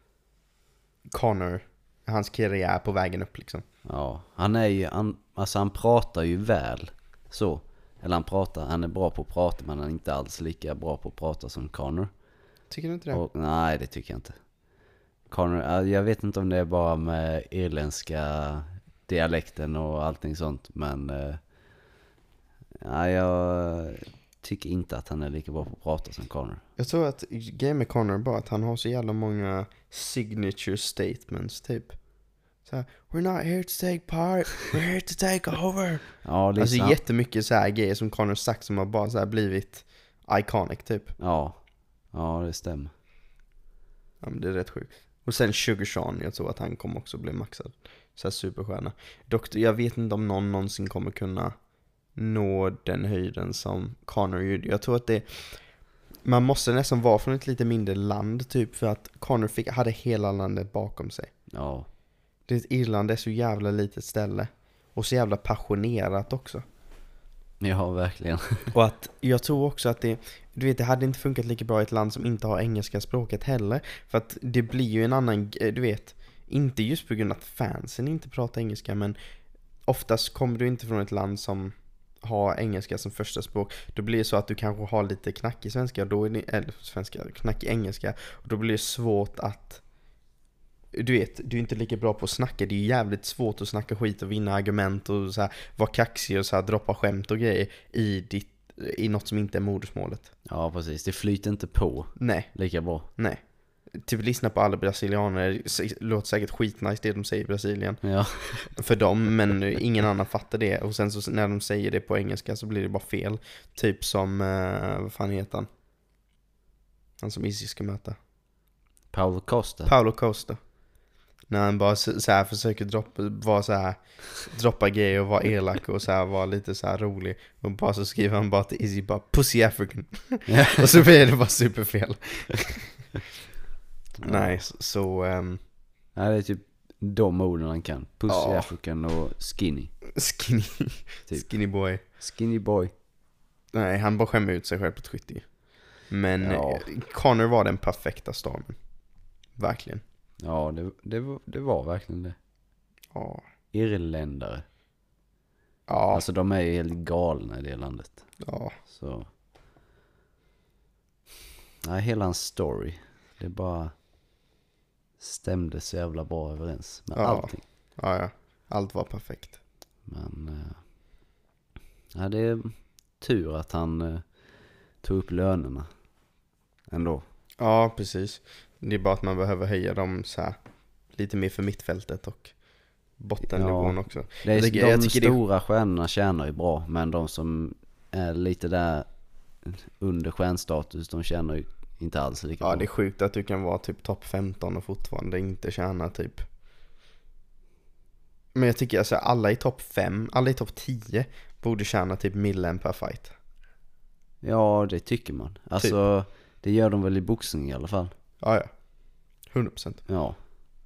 Speaker 2: Conor, hans karriär på vägen upp liksom.
Speaker 3: ja, han är ju, han, alltså han pratar ju väl så. Eller han pratar, han är bra på att prata, men han är inte alls lika bra på att prata som Conor.
Speaker 2: Tycker du inte det?
Speaker 3: Och, nej, det tycker jag inte. Conor, jag vet inte om det är bara med irländska dialekten och allting sånt, men eh, nej, jag tycker inte att han är lika bra på att prata som Conor.
Speaker 2: Jag tror att grejen med Conor bara att han har så jävla många signature statements typ. Så här, we're not here to take part, we're here to take over.
Speaker 3: Ja, det är
Speaker 2: Alltså
Speaker 3: sant.
Speaker 2: jättemycket så här grejer som Conor sagt som har bara så här blivit iconic typ.
Speaker 3: Ja, ja, det stämmer.
Speaker 2: Ja, men det är rätt sjukt. Och sen Sugar Sean, jag tror att han kommer också bli maxad. Så här superstjärna. Dock, jag vet inte om någon någonsin kommer kunna nå den höjden som Conor gjorde. Jag tror att det, man måste nästan vara från ett lite mindre land typ, för att Conor fick, hade hela landet bakom sig.
Speaker 3: Ja,
Speaker 2: Det Irland är så jävla litet ställe. Och så jävla passionerat också.
Speaker 3: ja, verkligen.
Speaker 2: Och att jag tror också att det, du vet, det hade inte funkat lika bra i ett land som inte har engelska språket heller. För att det blir ju en annan, du vet, inte just på grund av att fansen inte pratar engelska, men oftast kommer du inte från ett land som har engelska som första språk. Då blir det så att du kanske har lite knackig svenska, då är det, eller svenska, knackig engelska, och då blir det svårt att, du vet, du är inte lika bra på att snacka. Det är jävligt svårt att snacka skit och vinna argument och så här, vara kaxig och så här, droppa skämt och grejer i, ditt, i något som inte är modersmålet.
Speaker 3: Ja, precis. Det flyter inte på
Speaker 2: Nej,
Speaker 3: lika bra.
Speaker 2: nej. Typ lyssna på alla brasilianer. Det låter säkert skitnice det de säger i Brasilien
Speaker 3: Ja,
Speaker 2: för dem, men ingen annan fattar det. Och sen så när de säger det på engelska så blir det bara fel. Typ som, eh, vad fan heter han? Han som Izzy ska möta.
Speaker 3: Paulo Costa.
Speaker 2: Paulo Costa. När han bara så, så här försöker droppa, vara så här, droppa grejer och vara elak och så här, vara lite så här rolig. Och bara så skriver han bara till Izzy bara Pussy African. Och så blir det bara superfel. Nej, så... så ehm,
Speaker 3: Nej, det är typ de orden han kan. Pussy,
Speaker 2: Ja.
Speaker 3: African och skinny.
Speaker 2: skinny,
Speaker 3: Typ.
Speaker 2: skinny boy.
Speaker 3: Skinny boy.
Speaker 2: Nej, han bara skämmer ut sig själv på Twitter. Men
Speaker 3: Ja.
Speaker 2: eh, Connor var den perfekta stormen. Verkligen.
Speaker 3: Ja, det, det, var, det var verkligen det.
Speaker 2: Ja.
Speaker 3: Irländare.
Speaker 2: Ja.
Speaker 3: Alltså de är ju helt galna i det landet.
Speaker 2: Ja.
Speaker 3: Så. Nej, hela hans story. Det bara stämde så jävla bra överens med
Speaker 2: Ja.
Speaker 3: allting.
Speaker 2: Ja, ja. Allt var perfekt.
Speaker 3: Men eh, ja, det är tur att han eh, tog upp lönerna ändå.
Speaker 2: Ja, precis. Det är bara att man behöver höja dem så här lite mer för mittfältet och bottennivån
Speaker 3: Ja.
Speaker 2: också.
Speaker 3: Det är,
Speaker 2: Jag tycker-
Speaker 3: de
Speaker 2: jag tycker det-
Speaker 3: stora stjärnorna tjänar ju bra, men de som är lite där under stjärnstatus, de tjänar ju inte alls lika
Speaker 2: Ja,
Speaker 3: bra.
Speaker 2: det är sjukt att du kan vara typ topp femton och fortfarande inte tjäna typ. Men jag tycker alltså alla i topp fem, alla i topp tio borde tjäna typ millen per fight.
Speaker 3: Ja, det tycker man. Alltså,
Speaker 2: Typ.
Speaker 3: det gör de väl i boxning i alla fall.
Speaker 2: Ja, ja. hundra procent.
Speaker 3: Ja.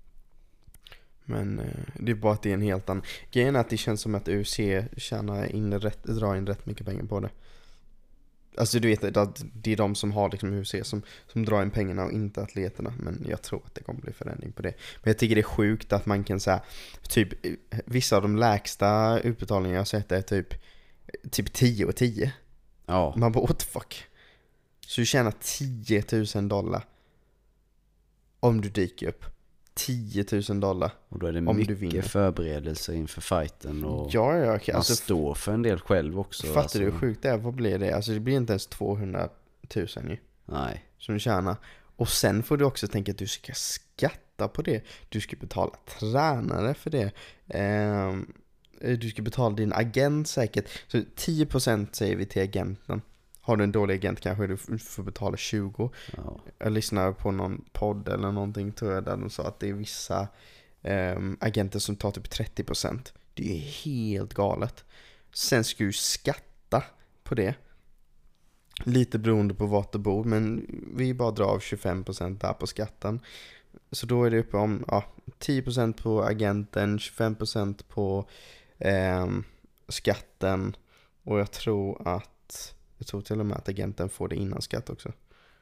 Speaker 2: Men eh, det är bara att det är en helt annan. Grejen är att det känns som att U F C tjänar in rätt, drar in rätt mycket pengar på det. Alltså du vet att det är de som har liksom U F C som, som drar in pengarna och inte atleterna. Men jag tror att det kommer bli förändring på det. Men jag tycker det är sjukt att man kan säga typ vissa av de lägsta utbetalningarna jag har sett är typ typ tio och tio.
Speaker 3: Ja.
Speaker 2: Man bara what the fuck. Så du tjänar tio tusen dollar om du dyker upp. tio tusen dollar.
Speaker 3: Och då är det
Speaker 2: Om du vinner.
Speaker 3: mycket förberedelser inför fighten och
Speaker 2: Ja, ja, okej.
Speaker 3: man
Speaker 2: Alltså,
Speaker 3: står för en del själv också.
Speaker 2: fattar
Speaker 3: alltså.
Speaker 2: du hur sjukt det är? Vad blir det? Alltså det blir inte ens tvåhundratusen ju.
Speaker 3: Nej.
Speaker 2: Som du tjänar. Och sen får du också tänka att du ska skatta på det. Du ska betala tränare för det. Ehm, du ska betala din agent säkert. Så tio procent säger vi till agenten. Har du en dålig agent kanske du får betala tjugo.
Speaker 3: Ja.
Speaker 2: Jag lyssnade på någon podd eller någonting tror jag där de sa att det är vissa ehm, agenter som tar typ trettio procent. Det är helt galet. Sen ska du skatta på det. Lite beroende på vart du bor, men vi bara drar av tjugofem procent där på skatten. Så då är det uppe om ja, tio procent på agenten, tjugofem procent på ehm, skatten. Och jag tror att jag tror till och med att agenten får det innan skatt också.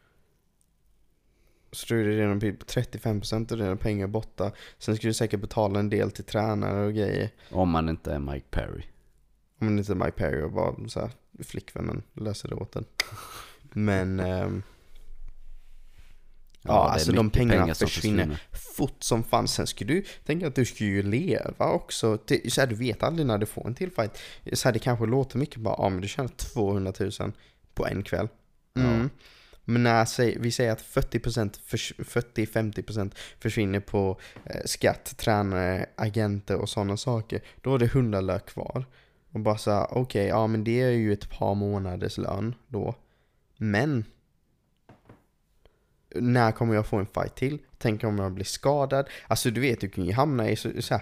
Speaker 2: Så då är det redan på trettiofem procent och redan pengar borta. Sen ska du säkert betala en del till tränare och grejer.
Speaker 3: Om man inte är Mike Perry.
Speaker 2: Om man inte är Mike Perry och bara så här, flickvännen löser det åt den. Men ehm, ja,
Speaker 3: det är
Speaker 2: alltså de
Speaker 3: mycket
Speaker 2: pengarna
Speaker 3: pengar som
Speaker 2: försvinner,
Speaker 3: försvinner.
Speaker 2: fort som fan. Sen ska du tänka att du ska ju leva också. Det, så här, du vet aldrig när du får en till fight. Så här, det kanske låter mycket bara, ja men du tjänar tvåhundratusen på en kväll. Mm.
Speaker 3: Ja.
Speaker 2: Men när vi säger att fyrtio procent, fyrtio till femtio procent försvinner på eh, skatt, tränare, agenter och sådana saker. Då är det hundra lök kvar. Och bara så okej, okay, ja men det är ju ett par månaders lön då. Men när kommer jag få en fight till? Tänk om jag blir skadad? Alltså du vet, du kan ju hamna i så, så här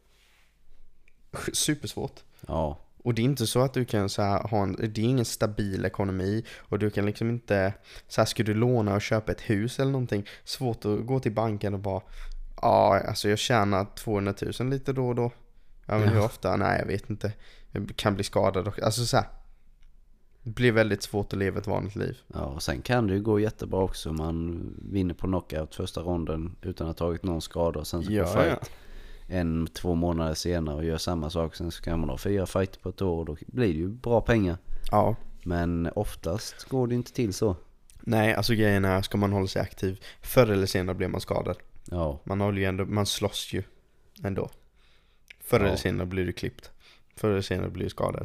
Speaker 2: supersvårt.
Speaker 3: Ja.
Speaker 2: Och det är inte så att du kan så här, ha en, det är ingen stabil ekonomi och du kan liksom inte så här, ska du låna och köpa ett hus eller någonting, svårt att gå till banken och bara ja, alltså jag tjänar tvåhundratusen lite då och då. Ja, men
Speaker 3: Ja.
Speaker 2: hur ofta? Nej, jag vet inte. Jag kan bli skadad och, alltså så här, det blir väldigt svårt att leva ett vanligt liv.
Speaker 3: Ja, och sen kan det ju gå jättebra också. Man vinner på knockout första ronden utan att ha tagit någon skada och sen så
Speaker 2: Ja,
Speaker 3: på fight
Speaker 2: ja.
Speaker 3: en, två månader senare och gör samma sak. Sen så kan man ha fyra fighter på ett år och då blir det ju bra pengar.
Speaker 2: Ja.
Speaker 3: Men oftast går det inte till så.
Speaker 2: Nej, alltså grejen är, ska man hålla sig aktiv, förr eller senare blir man skadad.
Speaker 3: Ja,
Speaker 2: Man håller ju ändå, man slåss ju ändå. Förr
Speaker 3: Ja.
Speaker 2: eller senare blir du klippt. Förr eller senare blir du skadad.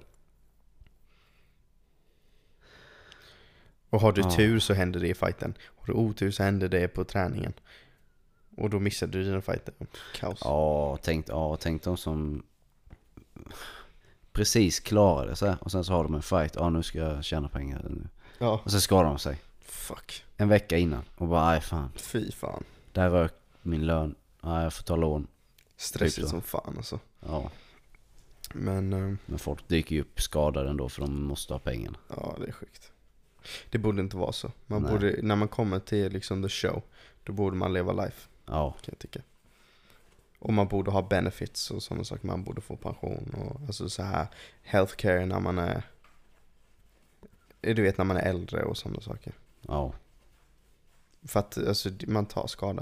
Speaker 2: Och har du
Speaker 3: Ja.
Speaker 2: tur så händer det i fighten. Har du otur så händer det på träningen. Och då missar du dina fighter. Kaos.
Speaker 3: ja tänk, ja, tänk de som precis klarar det så här. Och sen så har de en fight. Ja, nu ska jag tjäna pengar.
Speaker 2: Ja.
Speaker 3: Och så skadar de sig
Speaker 2: Fuck.
Speaker 3: en vecka innan. Och bara, aj fan.
Speaker 2: Fy fan.
Speaker 3: Där rök min lön. Ja, jag får ta lån.
Speaker 2: Stressigt
Speaker 3: Typ så.
Speaker 2: som fan alltså.
Speaker 3: Ja,
Speaker 2: Men, eh,
Speaker 3: men folk dyker ju upp skadade ändå för de måste ha pengarna.
Speaker 2: ja det är sjukt. Det borde inte vara så. Man
Speaker 3: Nej.
Speaker 2: borde, när man kommer till liksom the show, då borde man leva life,
Speaker 3: Ja,
Speaker 2: kan jag tycka. Och man borde ha benefits och sådana saker. Man borde få pension och alltså så här healthcare när man är, du vet, när man är äldre och sådana saker.
Speaker 3: ja.
Speaker 2: För att alltså, man tar skada.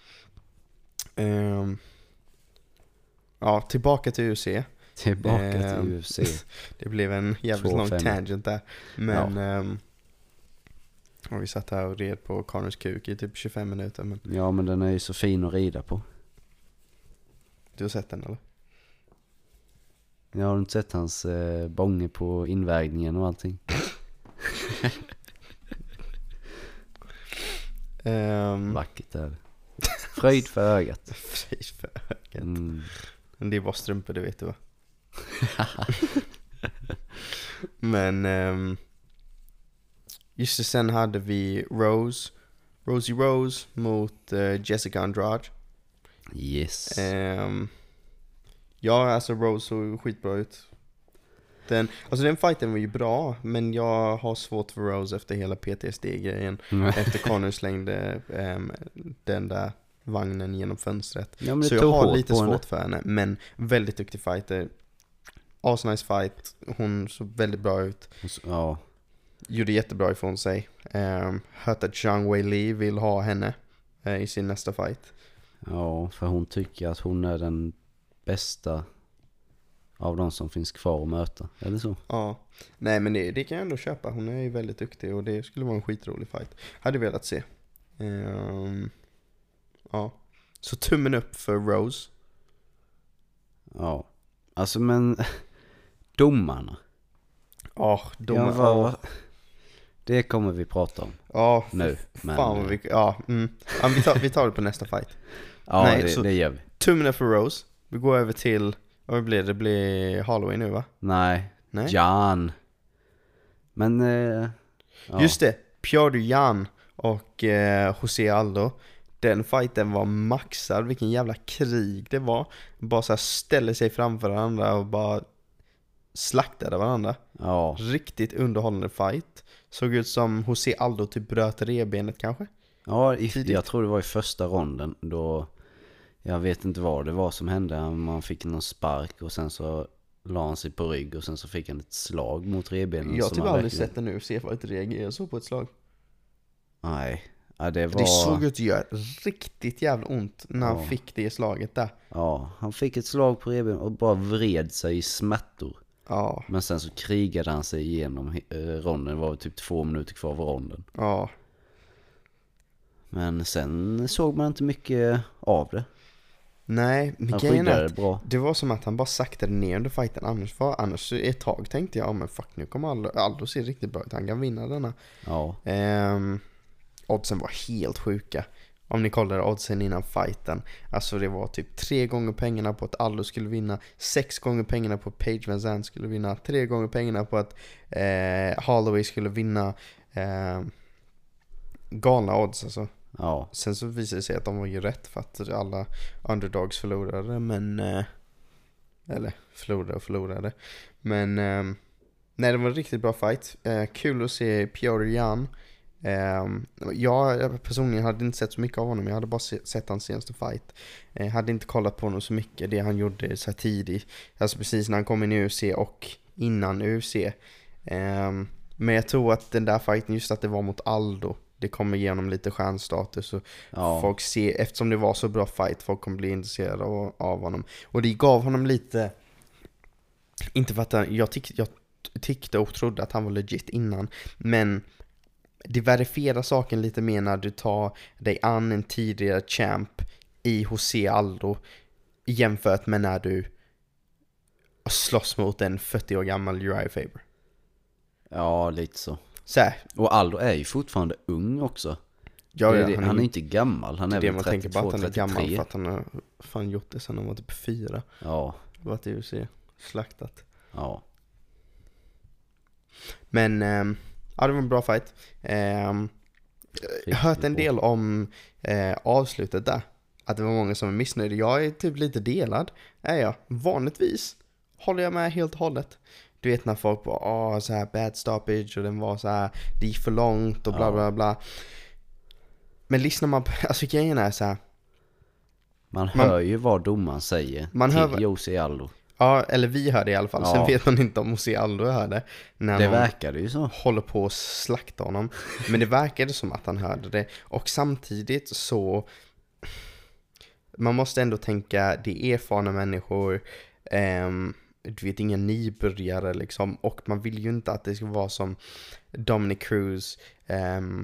Speaker 2: Um, ja, tillbaka till U F C.
Speaker 3: Tillbaka
Speaker 2: Ehm,
Speaker 3: till U F C.
Speaker 2: Det blev en jävligt
Speaker 3: Två
Speaker 2: lång
Speaker 3: femmor.
Speaker 2: tangent där. Men
Speaker 3: Ja.
Speaker 2: ehm, och vi satt här och red på Connors kuk i typ tjugofem minuter. Men
Speaker 3: Ja, men den är ju så fin att rida på.
Speaker 2: du har sett den eller?
Speaker 3: Jag har inte sett hans eh, bånge på invägningen och allting.
Speaker 2: Um,
Speaker 3: Vackert är det. Fröjd för ögat.
Speaker 2: Fröjd för ögat.
Speaker 3: Mm.
Speaker 2: Men det är bara strumpor, det vet du va? Men um, just det, sen hade vi Rose Rosie Rose mot uh, Jessica Andrade.
Speaker 3: Yes.
Speaker 2: um, Ja, alltså Rose såg skitbra ut. Den, alltså den fighten var ju bra, men jag har svårt för Rose efter hela P T S D-grejen. Efter Connor slängde um, den där vagnen genom fönstret.
Speaker 3: Ja, men det
Speaker 2: Så jag
Speaker 3: tog
Speaker 2: har
Speaker 3: hårt
Speaker 2: lite
Speaker 3: på
Speaker 2: svårt
Speaker 3: henne.
Speaker 2: för henne. Men väldigt duktig fighter. Asnice fight. Hon såg väldigt bra ut.
Speaker 3: Ja,
Speaker 2: Gjorde jättebra ifrån sig. um, Hört att Zhang Wei Li vill ha henne uh, i sin nästa fight.
Speaker 3: ja, för hon tycker att hon är den bästa av de som finns kvar att möta. Eller så?
Speaker 2: Ja, nej men det, det kan jag ändå köpa. Hon är ju väldigt duktig och det skulle vara en skitrolig fight. Hade velat se. Um, ja. Så tummen upp för Rose.
Speaker 3: Ja. Alltså men domarna.
Speaker 2: Ja, de
Speaker 3: ja,
Speaker 2: är...
Speaker 3: vad,
Speaker 2: Ja,
Speaker 3: vad- det kommer vi prata om
Speaker 2: ja,
Speaker 3: nu. Men,
Speaker 2: fan vad vi... Ja, mm. Ja, vi, tar, vi tar det på nästa fight.
Speaker 3: ja,
Speaker 2: nej,
Speaker 3: det,
Speaker 2: så-
Speaker 3: det gör vi.
Speaker 2: Tummen upp för Rose. Vi går över till... Vad blir det? Det blir Halloween nu va?
Speaker 3: Nej,
Speaker 2: Nej?
Speaker 3: Jan. Men, eh, ja.
Speaker 2: Just det, Piotr Jan och eh, José Aldo. Den fighten var maxad, vilken jävla krig det var. Bara så här ställer sig framför varandra och bara slaktade varandra.
Speaker 3: Ja,
Speaker 2: Riktigt underhållande fight. Såg ut som José Aldo typ bröt revbenet kanske.
Speaker 3: ja i,
Speaker 2: Tidigt.
Speaker 3: jag tror det var i första ronden då, jag vet inte vad det var som hände. Man fick någon spark och sen så la han sig på rygg och sen så fick han ett slag mot revbenen.
Speaker 2: Jag har
Speaker 3: som
Speaker 2: typ
Speaker 3: han
Speaker 2: aldrig
Speaker 3: verkligen-
Speaker 2: sett det nu, se för att reagera så på ett slag.
Speaker 3: Nej, ja, det var...
Speaker 2: Det såg ut att göra riktigt jävla ont när han
Speaker 3: Ja.
Speaker 2: fick det slaget där.
Speaker 3: Ja, han fick ett slag på revbenen och bara vred sig i smärtor.
Speaker 2: Ja,
Speaker 3: Men sen så krigade han sig igenom eh, ronden. Det var typ två minuter kvar av ronden.
Speaker 2: ja.
Speaker 3: Men sen såg man inte mycket av det.
Speaker 2: Nej, men
Speaker 3: Han
Speaker 2: grejen är
Speaker 3: skyddade
Speaker 2: att
Speaker 3: bra.
Speaker 2: det var som att han bara saktade ner under fighten. Annars, var, annars ett tag tänkte jag, ja men fuck, nu kommer Aldo, Aldo ser riktigt bra ut. Han kan vinna denna.
Speaker 3: Ja,
Speaker 2: Ehm, oddsen var helt sjuka. Om ni kollar oddsen innan fighten. Alltså det var typ tre gånger pengarna på att Aldo skulle vinna. Sex gånger pengarna på att Paige Van Zandt skulle vinna. Tre gånger pengarna på att eh, Holloway skulle vinna. Eh, galna odds alltså.
Speaker 3: ja,
Speaker 2: Sen så visade det sig att de var ju rätt för att alla underdogs förlorade. Men eh, eller förlorade och förlorade. Men eh, nej, det var en riktigt bra fight. Eh, kul att se Piotr Jan. Eh, jag personligen hade inte sett så mycket av honom. Jag hade bara se, sett hans senaste fight. Eh, hade inte kollat på honom så mycket. Det han gjorde så här tidigt. Alltså precis när han kom in i U F C och innan U F C. Eh, men jag tror att den där fighten, just att det var mot Aldo, det kommer ge honom lite stjärnstatus. Och
Speaker 3: ja.
Speaker 2: folk ser, eftersom det var så bra fight, folk kommer bli intresserade av, av honom. Och det gav honom lite, inte för att han, jag, tyck, jag tyckte och trodde att han var legit innan, men det verifierar saken lite mer när du tar dig an en tidigare champ i José Aldo jämfört med när du slåss mot en fyrtio år gammal Uriah Faber.
Speaker 3: Ja, lite så.
Speaker 2: Så här,
Speaker 3: Och Aldo är ju fortfarande ung också.
Speaker 2: ja,
Speaker 3: Det är
Speaker 2: ja,
Speaker 3: det,
Speaker 2: han,
Speaker 3: han är
Speaker 2: är
Speaker 3: inte gammal. Han är
Speaker 2: det
Speaker 3: väl
Speaker 2: man tänker på
Speaker 3: trettiotvå,
Speaker 2: att han är gammal
Speaker 3: trettiotre.
Speaker 2: för att han har fan gjort det sedan han var typ fyra.
Speaker 3: Ja,
Speaker 2: Varit i U F C, slaktat.
Speaker 3: ja.
Speaker 2: Men ähm, ja, det var en bra fight. Ähm, jag har hört en
Speaker 3: bra.
Speaker 2: del om äh, avslutet där. Att det var många som är missnöjda. Jag är typ lite delad. Är jag. Vanligtvis håller jag med helt och hållet. Du vet när folk bara, åh så här bad stoppage och den var så här, det gick för långt och bla
Speaker 3: Ja.
Speaker 2: bla bla. Men lyssnar man på, alltså grejen är så här.
Speaker 3: Man
Speaker 2: Man-
Speaker 3: hör ju vad domaren säger
Speaker 2: Man
Speaker 3: till
Speaker 2: hör-
Speaker 3: Jose Aldo.
Speaker 2: Ja, eller vi hör det i alla fall.
Speaker 3: Ja.
Speaker 2: Sen vet man inte om Jose Aldo hör det. När
Speaker 3: Det
Speaker 2: någon
Speaker 3: verkade ju så.
Speaker 2: håller på att slakta honom. Men det verkade som att han hörde det. Och samtidigt så... Man måste ändå tänka, det är erfarna människor. ehm, du vet, inga nybörjare liksom. Och man vill ju inte att det ska vara som Dominic Cruz, ehm,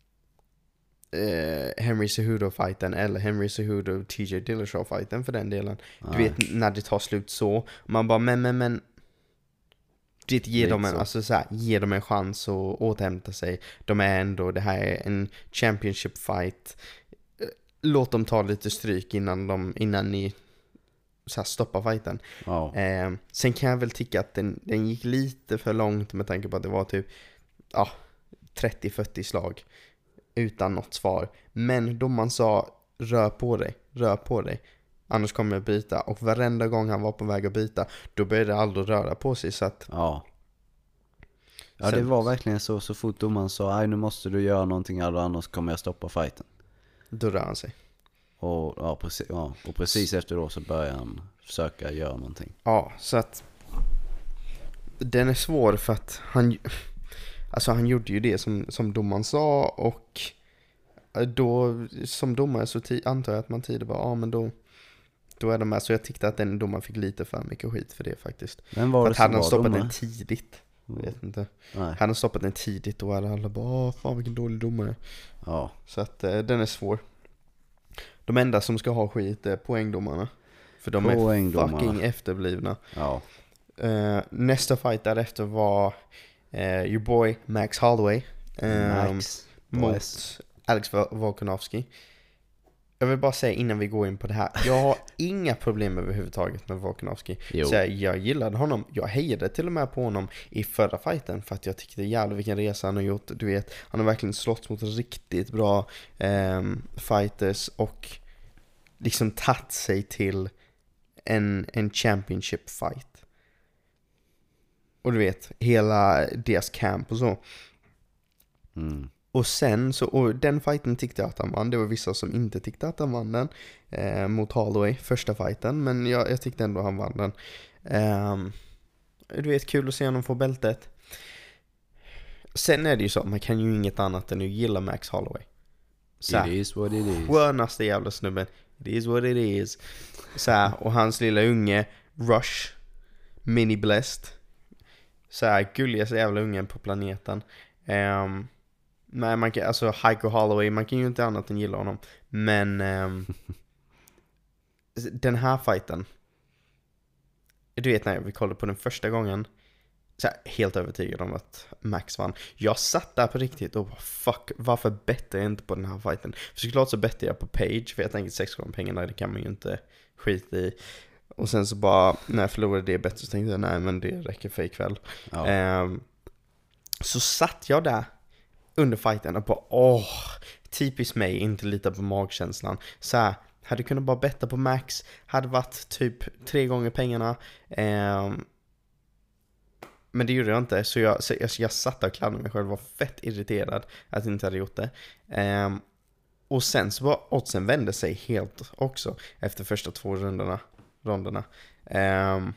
Speaker 2: eh, Henry Cejudo-fighten eller Henry Cejudo T J Dillashaw-fighten för den delen. Du
Speaker 3: Nej.
Speaker 2: vet, när det tar slut så. Man bara, men, men, men. Det ge
Speaker 3: Lite
Speaker 2: dem en,
Speaker 3: så.
Speaker 2: alltså så här, ge dem en chans att återhämta sig. De är ändå, det här är en championship fight. Låt dem ta lite stryk innan de, innan ni så här, stoppar fighten.
Speaker 3: Ja.
Speaker 2: Eh, sen kan jag väl tycka att den, den gick lite för långt med tanke på att det var typ ja, trettio fyrtio slag utan något svar. Men domaren sa, rör på dig, rör på dig. Annars kommer jag byta. Och varenda gång han var på väg att byta, då började aldrig röra på sig. Så att,
Speaker 3: Ja. Ja,
Speaker 2: Sen-
Speaker 3: det var verkligen så. Så fort domaren sa, aj nu måste du göra någonting, eller annars kommer jag stoppa fighten.
Speaker 2: då rör han sig.
Speaker 3: Och, ja, precis, ja, och precis efter då så börjar han försöka göra någonting.
Speaker 2: Ja, så att den är svår för att han, alltså han gjorde ju det som, som domaren sa, och då som domare så ti- antar jag att man tidigare bara, ja men då då är de med. Så jag tyckte att den domaren fick lite för mycket skit för det faktiskt.
Speaker 3: Men var
Speaker 2: För
Speaker 3: det
Speaker 2: att
Speaker 3: som
Speaker 2: hade han
Speaker 3: var
Speaker 2: stoppat
Speaker 3: domare?
Speaker 2: den tidigt, jag vet inte.
Speaker 3: Nej.
Speaker 2: Hade han stoppat den tidigt då hade alla bara, åh fan vilken dålig domare.
Speaker 3: Ja.
Speaker 2: Så att eh, den är svår. De enda som ska ha skit är poängdomarna. För de är
Speaker 3: Poängdomarna.
Speaker 2: fucking efterblivna.
Speaker 3: Ja.
Speaker 2: Eh, nästa fight därefter var uh, your boy Max Holloway eh,
Speaker 3: Max.
Speaker 2: mot
Speaker 3: Boys.
Speaker 2: Alex Volkanovski. Jag vill bara säga innan vi går in på det här, jag har inga problem överhuvudtaget med Volkanovski.
Speaker 3: Jo.
Speaker 2: Så jag, jag gillade honom, jag hejade till och med på honom i förra fighten för att jag tyckte jävlar vilken resa han har gjort. Du vet, han har verkligen slått mot riktigt bra ehm, fighters och liksom tagit sig till en, en championship fight. Och du vet, hela deras camp och så.
Speaker 3: Mm.
Speaker 2: Och sen så, och den fighten tyckte jag att han vann. Det var vissa som inte tyckte att han vann den eh, mot Holloway, första fighten. Men jag, jag tyckte ändå han vann den. Um, du vet, kul att se honom få bältet. Sen är det ju så, man kan ju inget annat än att gilla Max Holloway. Så
Speaker 3: It
Speaker 2: här,
Speaker 3: is what it is.
Speaker 2: skönaste jävla snubben. It is what it is. Så här, och hans lilla unge Rush, mini blessed. Så här, gulligaste jävla ungen på planeten. Um, nej, man kan, alltså Heiko Holloway, man kan ju inte annat än gilla honom. Men um, den här fighten, du vet när vi kollade på den första gången, så här, helt övertygad om att Max vann. Jag satt där på riktigt och bara, fuck, varför bettar jag inte på den här fighten? För såklart så bettar jag på Page, för jag tänkte sex gånger pengarna, det kan man ju inte skita i. Och sen så bara, när jag förlorade det bättre så tänkte jag, nej men det räcker för ikväll.
Speaker 3: Ja.
Speaker 2: Ehm, så satt jag där under fighten och bara, åh, typiskt mig, inte lita på magkänslan. Så här, hade kunnat bara betta på Max, hade varit typ tre gånger pengarna. Ehm, men det gjorde jag inte, så jag, så jag, jag satt och kladdade mig själv, var fett irriterad att jag inte hade gjort det. Ehm, och sen så var oddsen vände sig helt också efter första två rundorna. ronderna. Ehm,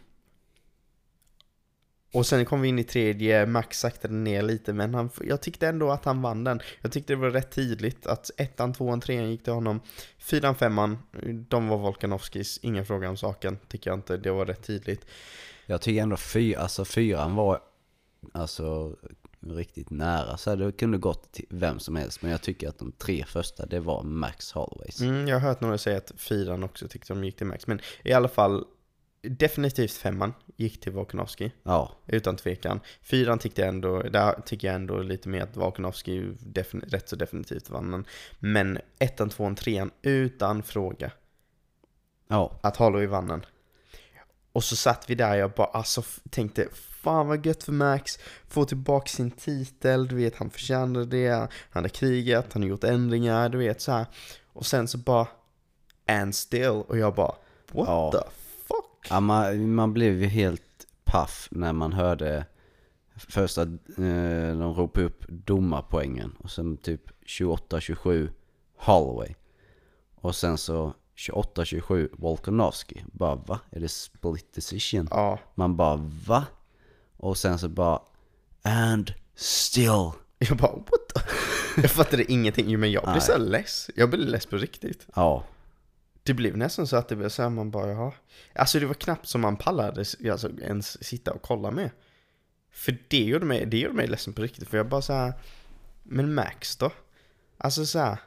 Speaker 2: och sen kom vi in i tredje, Max saktade ner lite, men han, jag tyckte ändå att han vann den. Jag tyckte det var rätt tydligt att ettan, tvåan, trean gick till honom. Fyran, femman, de var Volkanovskis, ingen fråga om saken, tycker jag inte. Det var rätt tydligt.
Speaker 3: Jag tycker ändå fy, alltså fyran var alltså riktigt nära, så det kunde gått till vem som helst, men jag tycker att de tre första, det var Max Holloways.
Speaker 2: Mm, jag har hört några säga att fyran också tyckte de gick till Max, men i alla fall definitivt femman gick till Volkanovski.
Speaker 3: Ja.
Speaker 2: Utan tvekan. Fyran tyckte jag ändå, där tycker jag ändå lite mer att Volkanovski defin- rätt så definitivt vann den. Men ettan, tvåan, trean utan fråga
Speaker 3: Ja.
Speaker 2: att Holloway vann den. Och så satt vi där och jag bara alltså f- tänkte, fan vad gött för Max, få tillbaka sin titel, du vet han förtjänade det, han har krigat, han har gjort ändringar, du vet så här. Och sen så bara and still, och jag bara what
Speaker 3: Ja.
Speaker 2: the fuck?
Speaker 3: Ja, man, man blev ju helt paff när man hörde först att eh, de ropade upp domarpoängen och sen typ tjugoåtta tjugosju Holloway och sen så tjugoåtta tjugosju Volkanovski. Bara va? Är det split decision?
Speaker 2: Ja.
Speaker 3: Man bara va? Och sen så bara and still.
Speaker 2: Jag bara what the? Jag fattade ingenting. Jo, men jag blev
Speaker 3: Nej.
Speaker 2: så less. Jag blev less på riktigt.
Speaker 3: Ja.
Speaker 2: Det blev nästan så att det blev så här, man bara, jaha. Alltså det var knappt som man pallade alltså, ens sitta och kolla med. För det gjorde mig, det gjorde mig ledsen på riktigt. För jag bara så här, men Max då? Alltså så här,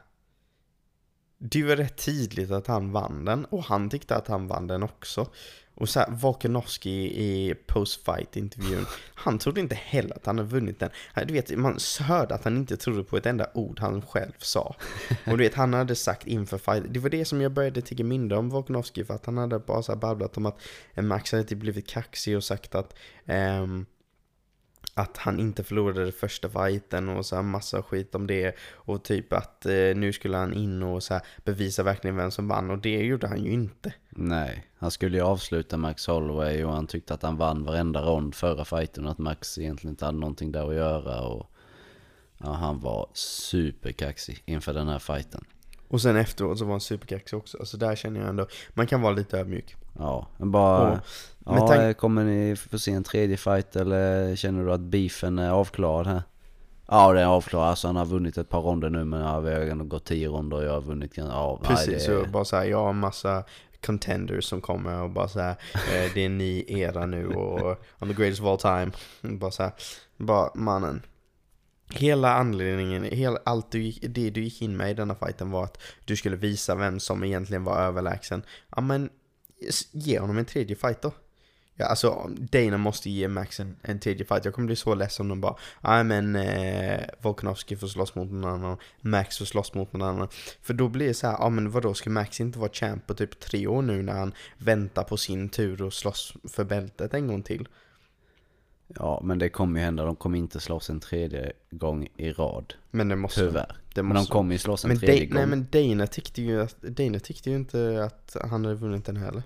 Speaker 2: det var rätt tydligt att han vann den. Och han tyckte att han vann den också. Och så här, Volkanovski i post-fight-intervjun, han trodde inte heller att han hade vunnit den. Du vet, man hörde att han inte trodde på ett enda ord han själv sa. Och du vet, han hade sagt inför fight. Det var det som jag började tycka mindre om Volkanovski, för att han hade bara så här babblat om att Max hade typ blivit kaxig och sagt att um, att han inte förlorade den första fighten och så här massa skit om det. Och typ att eh, nu skulle han in och så här bevisa verkligen vem som vann. Och det gjorde han ju inte.
Speaker 3: Nej, han skulle ju avsluta Max Holloway och han tyckte att han vann varenda rond förra fighten och att Max egentligen inte hade någonting där att göra. Och ja, han var superkaxig inför den här fighten.
Speaker 2: Och sen efteråt så var han superkaxig också. Alltså där känner jag ändå, man kan vara lite ödmjuk.
Speaker 3: Ja, men bara...
Speaker 2: Och,
Speaker 3: ja,
Speaker 2: tank-
Speaker 3: kommer ni få se en tredje fight eller känner du att beefen är avklarad här? Ja, det är avklarad. Alltså han har vunnit ett par ronder nu, men ja, vi har ändå gått tio ronder och jag har vunnit. Ja,
Speaker 2: precis,
Speaker 3: nej, det...
Speaker 2: så bara så här, jag har en massa contenders som kommer och bara så här, eh, det är en ny era nu och I'm the greatest of all time. Bara så här, bara mannen. Hela anledningen, hela, allt du gick, det du gick in med i denna fighten var att du skulle visa vem som egentligen var överlägsen. Ja, men ge honom en tredje fight då. Ja, alltså Dana måste ge Max en, en tredje fight. Jag kommer bli så ledsen om de bara, nej men eh, Volkanovski får slåss mot någon annan, Max får slåss mot någon annan. För då blir det så här, ja men vadå, ska Max inte vara champ på typ tre år nu när han väntar på sin tur och slåss för bältet en gång till?
Speaker 3: Ja, men det kommer ju hända. De kommer inte slåss en tredje gång i rad.
Speaker 2: Men det måste,
Speaker 3: tyvärr.
Speaker 2: det
Speaker 3: men
Speaker 2: måste.
Speaker 3: de kommer ju slåss en
Speaker 2: men
Speaker 3: tredje
Speaker 2: da-
Speaker 3: gång.
Speaker 2: Nej men Dana tyckte ju att, Dana tyckte ju inte att han hade vunnit den heller.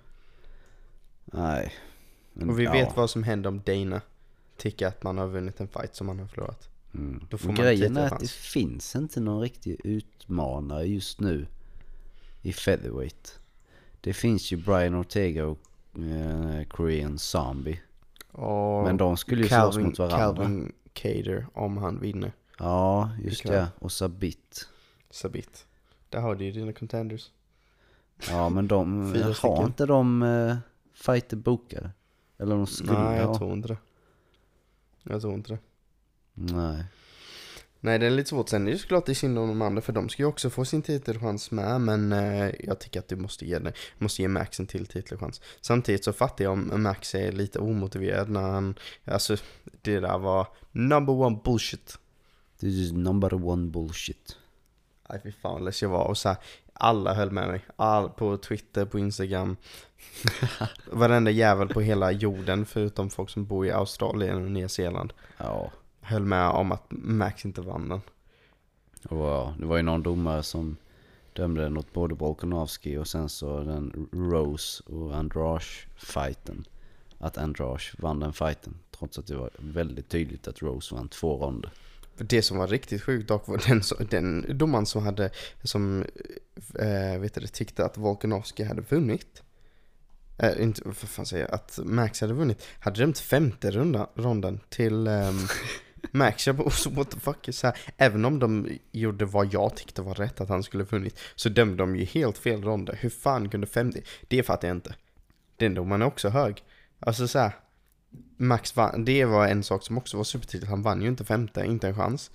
Speaker 3: Nej. Men,
Speaker 2: och vi
Speaker 3: ja.
Speaker 2: vet vad som händer om Dana tycker att man har vunnit en fight som man har förlorat.
Speaker 3: Mm.
Speaker 2: Då får man
Speaker 3: grejen är att
Speaker 2: chans.
Speaker 3: det finns inte någon riktig utmanare just nu i featherweight. Det finns ju Brian Ortega och eh, Korean Zombie.
Speaker 2: Och
Speaker 3: men de skulle ju
Speaker 2: Calvin,
Speaker 3: slåss mot varandra.
Speaker 2: Calvin Cater om han vinner.
Speaker 3: Ja, just
Speaker 2: Vilka?
Speaker 3: det. Och Sabit.
Speaker 2: Sabit. Där har du ju dina contenders.
Speaker 3: Ja, men de
Speaker 2: Fyra
Speaker 3: har
Speaker 2: stycken.
Speaker 3: inte de uh, fighter bokade. Eller de skulle
Speaker 2: Nej, jag
Speaker 3: ha.
Speaker 2: tror inte det. Jag tror inte det.
Speaker 3: Nej.
Speaker 2: Nej, det är lite svårt. Sen är det ju klart det är synd om de andra, för de ska ju också få sin titelchans med. Men eh, jag tycker att du måste ge, det, måste ge Max en till titelchans. Samtidigt så fattar jag om Max är lite omotiverad när han, alltså det där var number one bullshit.
Speaker 3: This is number one bullshit.
Speaker 2: Nej, fy fan vad less jag var. Och så här, alla höll med mig. All, på Twitter, på Instagram. Varenda jävel på hela jorden, förutom folk som bor i Australien och Nya Zeeland,
Speaker 3: Ja.
Speaker 2: höll med om att Max inte vann den.
Speaker 3: Och ja, det var ju någon domare som dömde den åt både Volkanovski och sen så den Rose och Andrade fighten. Att Andrade vann den fighten. Trots att det var väldigt tydligt att Rose vann två ronder.
Speaker 2: För det som var riktigt sjukt dock var den, den domaren som hade som äh, vet du, tyckte att Volkanovski hade vunnit. Äh, inte, vad fan säger jag? Att Max hade vunnit. Hade dömt femte runda, ronden till um, Max. Jag bara, oh, what the fuck is här? Även om de gjorde vad jag tyckte var rätt att han skulle vunnit, så dömde de ju helt fel ronda. Hur fan kunde femtio? Det fattar jag inte. Den domaren är också hög. Alltså så här, Max vann, det var en sak som också var supertydligt. Han vann ju inte femte, inte en chans.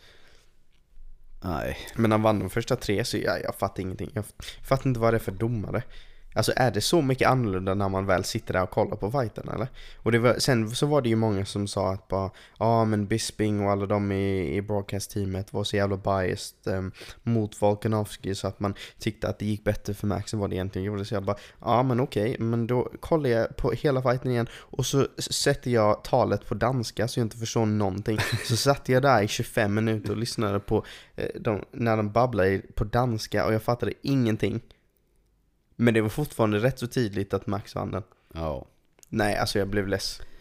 Speaker 3: Nej.
Speaker 2: Men han vann de första tre, så jag, jag fattar ingenting. Jag fattar inte vad det är för domare. Alltså är det så mycket annorlunda när man väl sitter där och kollar på fighten, eller? Och det var, sen så var det ju många som sa att bara, ja ah, men Bisping och alla de i, i broadcast-teamet var så jävla biased um, mot Volkanovski, så att man tyckte att det gick bättre för Max än vad det egentligen gjorde. Så jag bara, ja ah, men okej, okay, men då kollar jag på hela fighten igen och så sätter jag talet på danska så jag inte förstår någonting. Så satt jag där i tjugofem minuter och lyssnade på eh, de, när de babblade på danska och jag fattade ingenting. Men det var fortfarande rätt så tydligt att Max vann den.
Speaker 3: Ja.
Speaker 2: Nej, alltså jag blev less.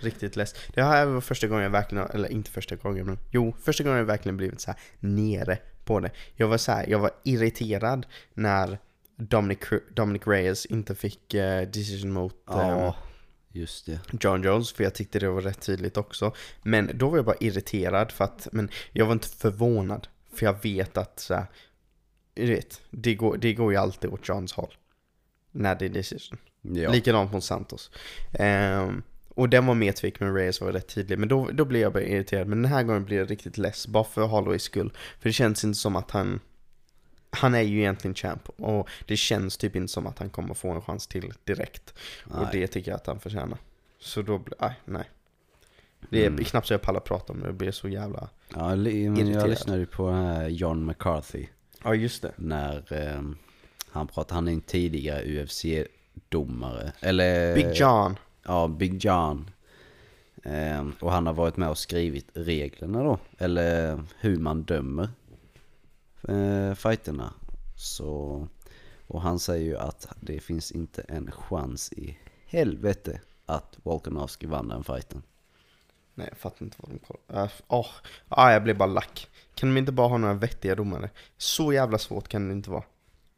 Speaker 2: riktigt less. Det här var första gången jag verkligen, eller inte första gången, men jo, första gången jag verkligen blivit så här nere på det. Jag var så här, jag var irriterad när Dominic, Dominic Reyes inte fick uh, decision mot
Speaker 3: Ja,
Speaker 2: um,
Speaker 3: just det.
Speaker 2: John Jones, för jag tyckte det var rätt tydligt också. Men då var jag bara irriterad för att, men jag var inte förvånad, för jag vet att så här, vet, det går, det går ju alltid åt Johns håll när det är decision.
Speaker 3: Ja.
Speaker 2: Likadant mot Santos. Um, och den var mer tvick, men Reyes var rätt tydlig. Men då, då blev jag bara irriterad. Men den här gången blev jag riktigt less, bara för Holloways skull. För det känns inte som att han Han är ju egentligen champ. Och det känns typ inte som att han kommer få en chans till direkt. Nej. Och det tycker jag att han förtjänar. Så då blir, nej, nej. Det är mm. knappt så jag pallar prata om det. Det blir så jävla
Speaker 3: Ja, men jag lyssnade ju på den här John McCarthy.
Speaker 2: Ja, just det.
Speaker 3: När eh, han pratade, han är en tidigare U F C-domare. Eller
Speaker 2: Big John.
Speaker 3: Ja, Big John. Eh, och han har varit med och skrivit reglerna då. Eller hur man dömer eh, fighterna. Så, och han säger ju att det finns inte en chans i helvete att Volkanovski vann den fighten.
Speaker 2: Nej, jag fattar inte vad de kollar. Uh, oh, ah, jag blir bara lack. Kan de inte bara ha några vettiga domare? Så jävla svårt kan det inte vara.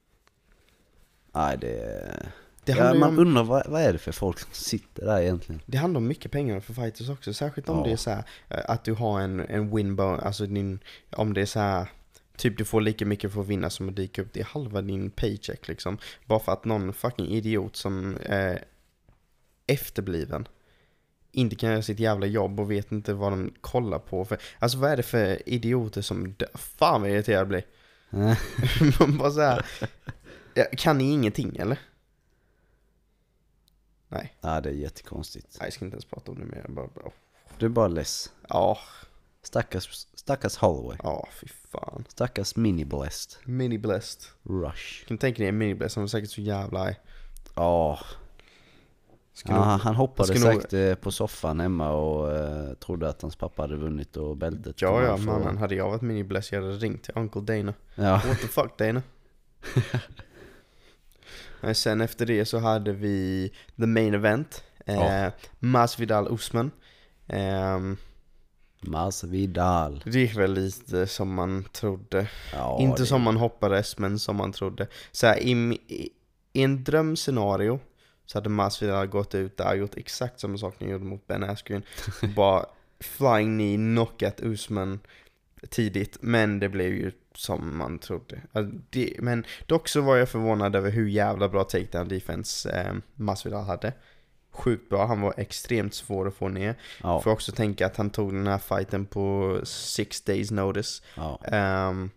Speaker 3: Nej, det...
Speaker 2: det
Speaker 3: ja, man
Speaker 2: om...
Speaker 3: undrar, vad, vad är det för folk som sitter där egentligen?
Speaker 2: Det handlar om mycket pengar för fighters också. Särskilt om ja. det är så här, att du har en, en win bonus. Alltså din, om det är så här, typ du får lika mycket för att vinna som att dyka upp. Det är halva din paycheck liksom. Bara för att någon fucking idiot som är efterbliven inte kan göra sitt jävla jobb och vet inte vad de kollar på. För, alltså vad är det för idioter som dö- fan vad irriterad jag blir. Man bara så här, kan ni ingenting eller? Nej.
Speaker 3: Ja, det är jättekonstigt.
Speaker 2: Nej, jag ska inte ens prata om det mer. Bara, bara.
Speaker 3: Du är bara less.
Speaker 2: Ja.
Speaker 3: Stackars, stackars Holloway.
Speaker 2: Ja, fy fan.
Speaker 3: Stackars mini-blessed.
Speaker 2: Mini-blessed.
Speaker 3: Rush.
Speaker 2: Kan du tänka dig en mini-blessed som var säkert så jävla...
Speaker 3: Ja. Ja, nog, han hoppade säkert
Speaker 2: nog...
Speaker 3: på soffan hemma och uh, trodde att hans pappa hade vunnit och bältet.
Speaker 2: Ja, ja, mannen. Hade jag varit mini-blessed, jag hade ringt till Uncle Dana.
Speaker 3: Ja.
Speaker 2: What the fuck, Dana? Sen efter det så hade vi the main event. Eh, oh. Masvidal Usman. Eh,
Speaker 3: Masvidal.
Speaker 2: Det gick väl lite som man trodde.
Speaker 3: Ja,
Speaker 2: Inte
Speaker 3: det...
Speaker 2: som man hoppades, men som man trodde. Så här, i, i, i en drömscenario så hade Masvidal gått ut där och gjort exakt samma sak ni gjorde mot Ben Askren. Bara flying knee, knockat Usman tidigt. Men det blev ju som man trodde. Alltså det, men dock så var jag förvånad över hur jävla bra takedown defense eh, Masvidal hade. Sjukt bra, han var extremt svår att få ner. Ja. Får också tänka att han tog den här fighten på six days notice.
Speaker 3: Ja.
Speaker 2: Um,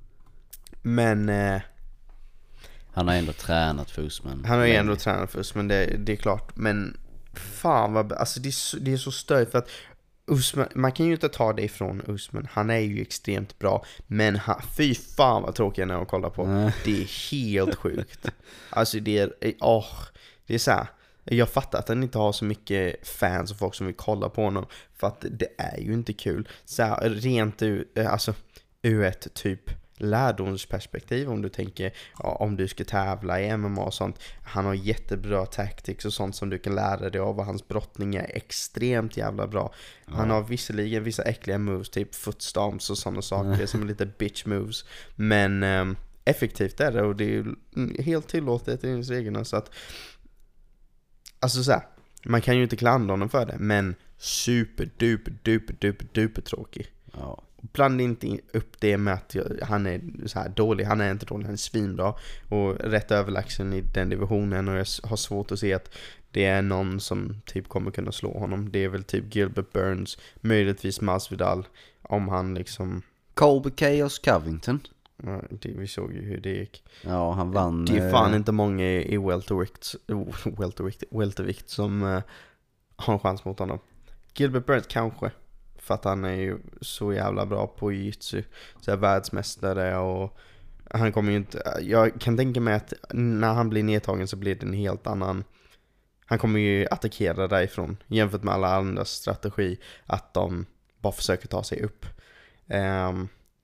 Speaker 2: men eh,
Speaker 3: han har ändå tränat för Usman.
Speaker 2: Han har ju ändå tränat för Usman, det, det är klart. Men fan vad, alltså det är så, det är så stört för att Usman, man kan ju inte ta det ifrån Usman. Han är ju extremt bra. Men han, fy fan vad tråkigt när jag kollar på. Mm. Det är helt sjukt. Alltså det är, åh, det är så här. Jag fattar att han inte har så mycket fans och folk som vill kolla på honom. För att det är ju inte kul. Så här, rent ur, alltså, ur ett typ lärdomsperspektiv, om du tänker ja, om du ska tävla i M M A och sånt. Han har jättebra tactics och sånt som du kan lära dig av, och hans brottning är extremt jävla bra. Ja. Han har visserligen vissa äckliga moves, typ footstomps och sådana saker som är lite bitch moves, men um, effektivt är det, och det är ju helt tillåtet i ens reglerna. Så att alltså så här, man kan ju inte klandra honom för det, men super duper duper duper duper tråkig.
Speaker 3: Ja.
Speaker 2: Blanda inte upp det med att han är så här dålig. Han är inte dålig, han är svinbra och rätt överlägsen i den divisionen, och jag har svårt att se att det är någon som typ kommer kunna slå honom. Det är väl typ Gilbert Burns, möjligtvis Masvidal, om han liksom
Speaker 3: Colby Chaos Covington.
Speaker 2: Ja, det, vi såg ju hur det gick.
Speaker 3: Ja, han vann.
Speaker 2: Det är fan inte många i, i weltervikt, weltervikt, weltervikt som uh, har en chans mot honom. Gilbert Burns kanske, för att han är ju så jävla bra på jiu-jitsu, så är världsmästare, och han kommer ju inte, jag kan tänka mig att när han blir nedtagen så blir det en helt annan, han kommer ju attackera därifrån, jämfört med alla andra strategi, att de bara försöker ta sig upp. Um,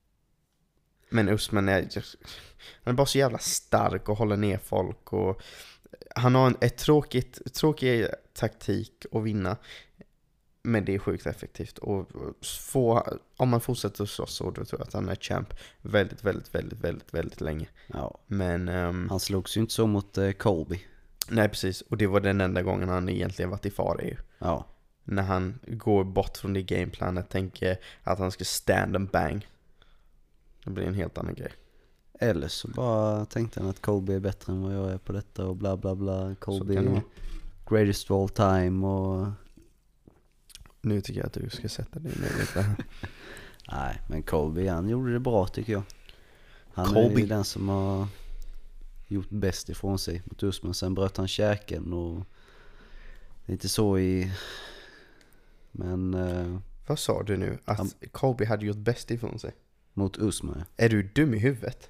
Speaker 2: men Usman är, han är bara så jävla stark och håller ner folk, och han har en ett tråkigt, tråkig taktik att vinna. Men det är sjukt effektivt. Och få, om man fortsätter slåss så, då tror jag att han är champ väldigt, väldigt, väldigt, väldigt, väldigt länge.
Speaker 3: Ja.
Speaker 2: Men um,
Speaker 3: Han slogs ju inte så mot uh, Colby.
Speaker 2: nej, precis. Och det var den enda gången han egentligen varit i fara ju.
Speaker 3: Ja.
Speaker 2: När han går bort från det gameplanet, tänker att han ska stand and bang. Det blir en helt annan grej.
Speaker 3: Eller så bara tänkte han att Colby är bättre än vad jag är på detta och bla bla bla. Colby är greatest of all time och...
Speaker 2: Nu tycker jag att du ska sätta dig ner lite.
Speaker 3: Nej, men Colby, han gjorde det bra tycker jag. Han
Speaker 2: Colby.
Speaker 3: är ju den som har gjort bäst ifrån sig mot Usman. Sen bröt han käken och det är inte så i... Men... Uh,
Speaker 2: vad sa du nu? Att han... Colby hade gjort bäst ifrån sig?
Speaker 3: Mot Usman.
Speaker 2: Är du dum i huvudet?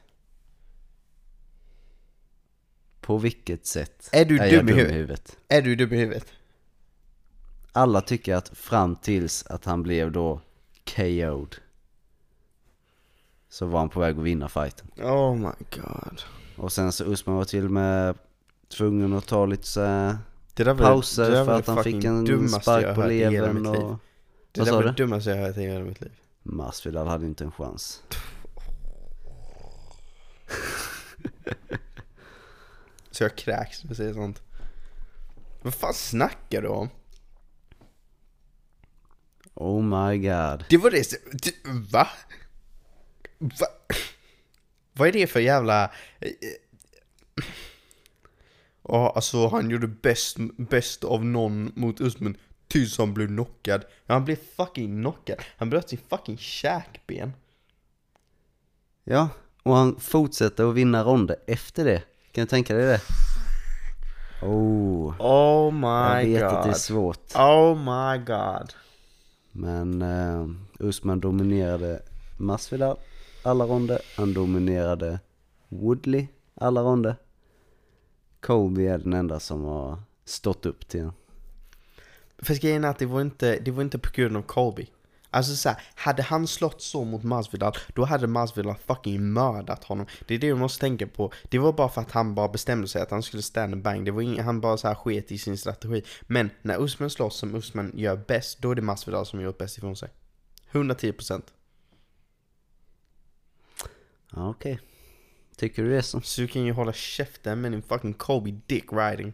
Speaker 3: På vilket sätt
Speaker 2: är du
Speaker 3: är
Speaker 2: dum, i,
Speaker 3: dum
Speaker 2: hu-
Speaker 3: i huvudet?
Speaker 2: Är du dum i huvudet?
Speaker 3: Alla tycker att fram tills att han blev då K O'd så var han på väg att vinna fighten.
Speaker 2: Oh my god.
Speaker 3: Och sen så Usman var till med tvungen att ta lite så här
Speaker 2: det där var,
Speaker 3: pauser
Speaker 2: det där
Speaker 3: för att han fick en spark på levern och...
Speaker 2: Det där var det dummaste jag har hört i hela mitt liv.
Speaker 3: Masvidal hade inte en chans.
Speaker 2: Så jag kräks och säger sånt. Vad fan snackar du om?
Speaker 3: Oh my god.
Speaker 2: Det var det, det va? Va? Vad är det för jävla... Ja, alltså han gjorde bäst, bäst av någon mot Usman tills han blev knockad. Ja, han blev fucking knockad. Han bröt sin fucking käkben.
Speaker 3: Ja, och han fortsätter att vinna ronder efter det. Kan du tänka dig det? Oh,
Speaker 2: oh my
Speaker 3: jag vet
Speaker 2: god.
Speaker 3: att det är svårt.
Speaker 2: Oh my god.
Speaker 3: Men uh, Usman dominerade Masvidal alla ronder. Han dominerade Woodley alla ronder. Colby är den enda som har stått upp till.
Speaker 2: För grejen är att det var inte, det var inte på grund av Colby. Alltså så här, hade han slått så mot Masvidal, då hade Masvidal fucking mördat honom. Det är det du måste tänka på. Det var bara för att han bara bestämde sig att han skulle stand and bang. Det var ingen, han bara så här sket i sin strategi. Men när Usman slåss som Usman gör bäst, då är det Masvidal som gör bäst ifrån sig. hundratio procent.
Speaker 3: Ja, okej. Okay. Tycker du det så?
Speaker 2: Så du kan ju hålla käften med din fucking Colby dick riding.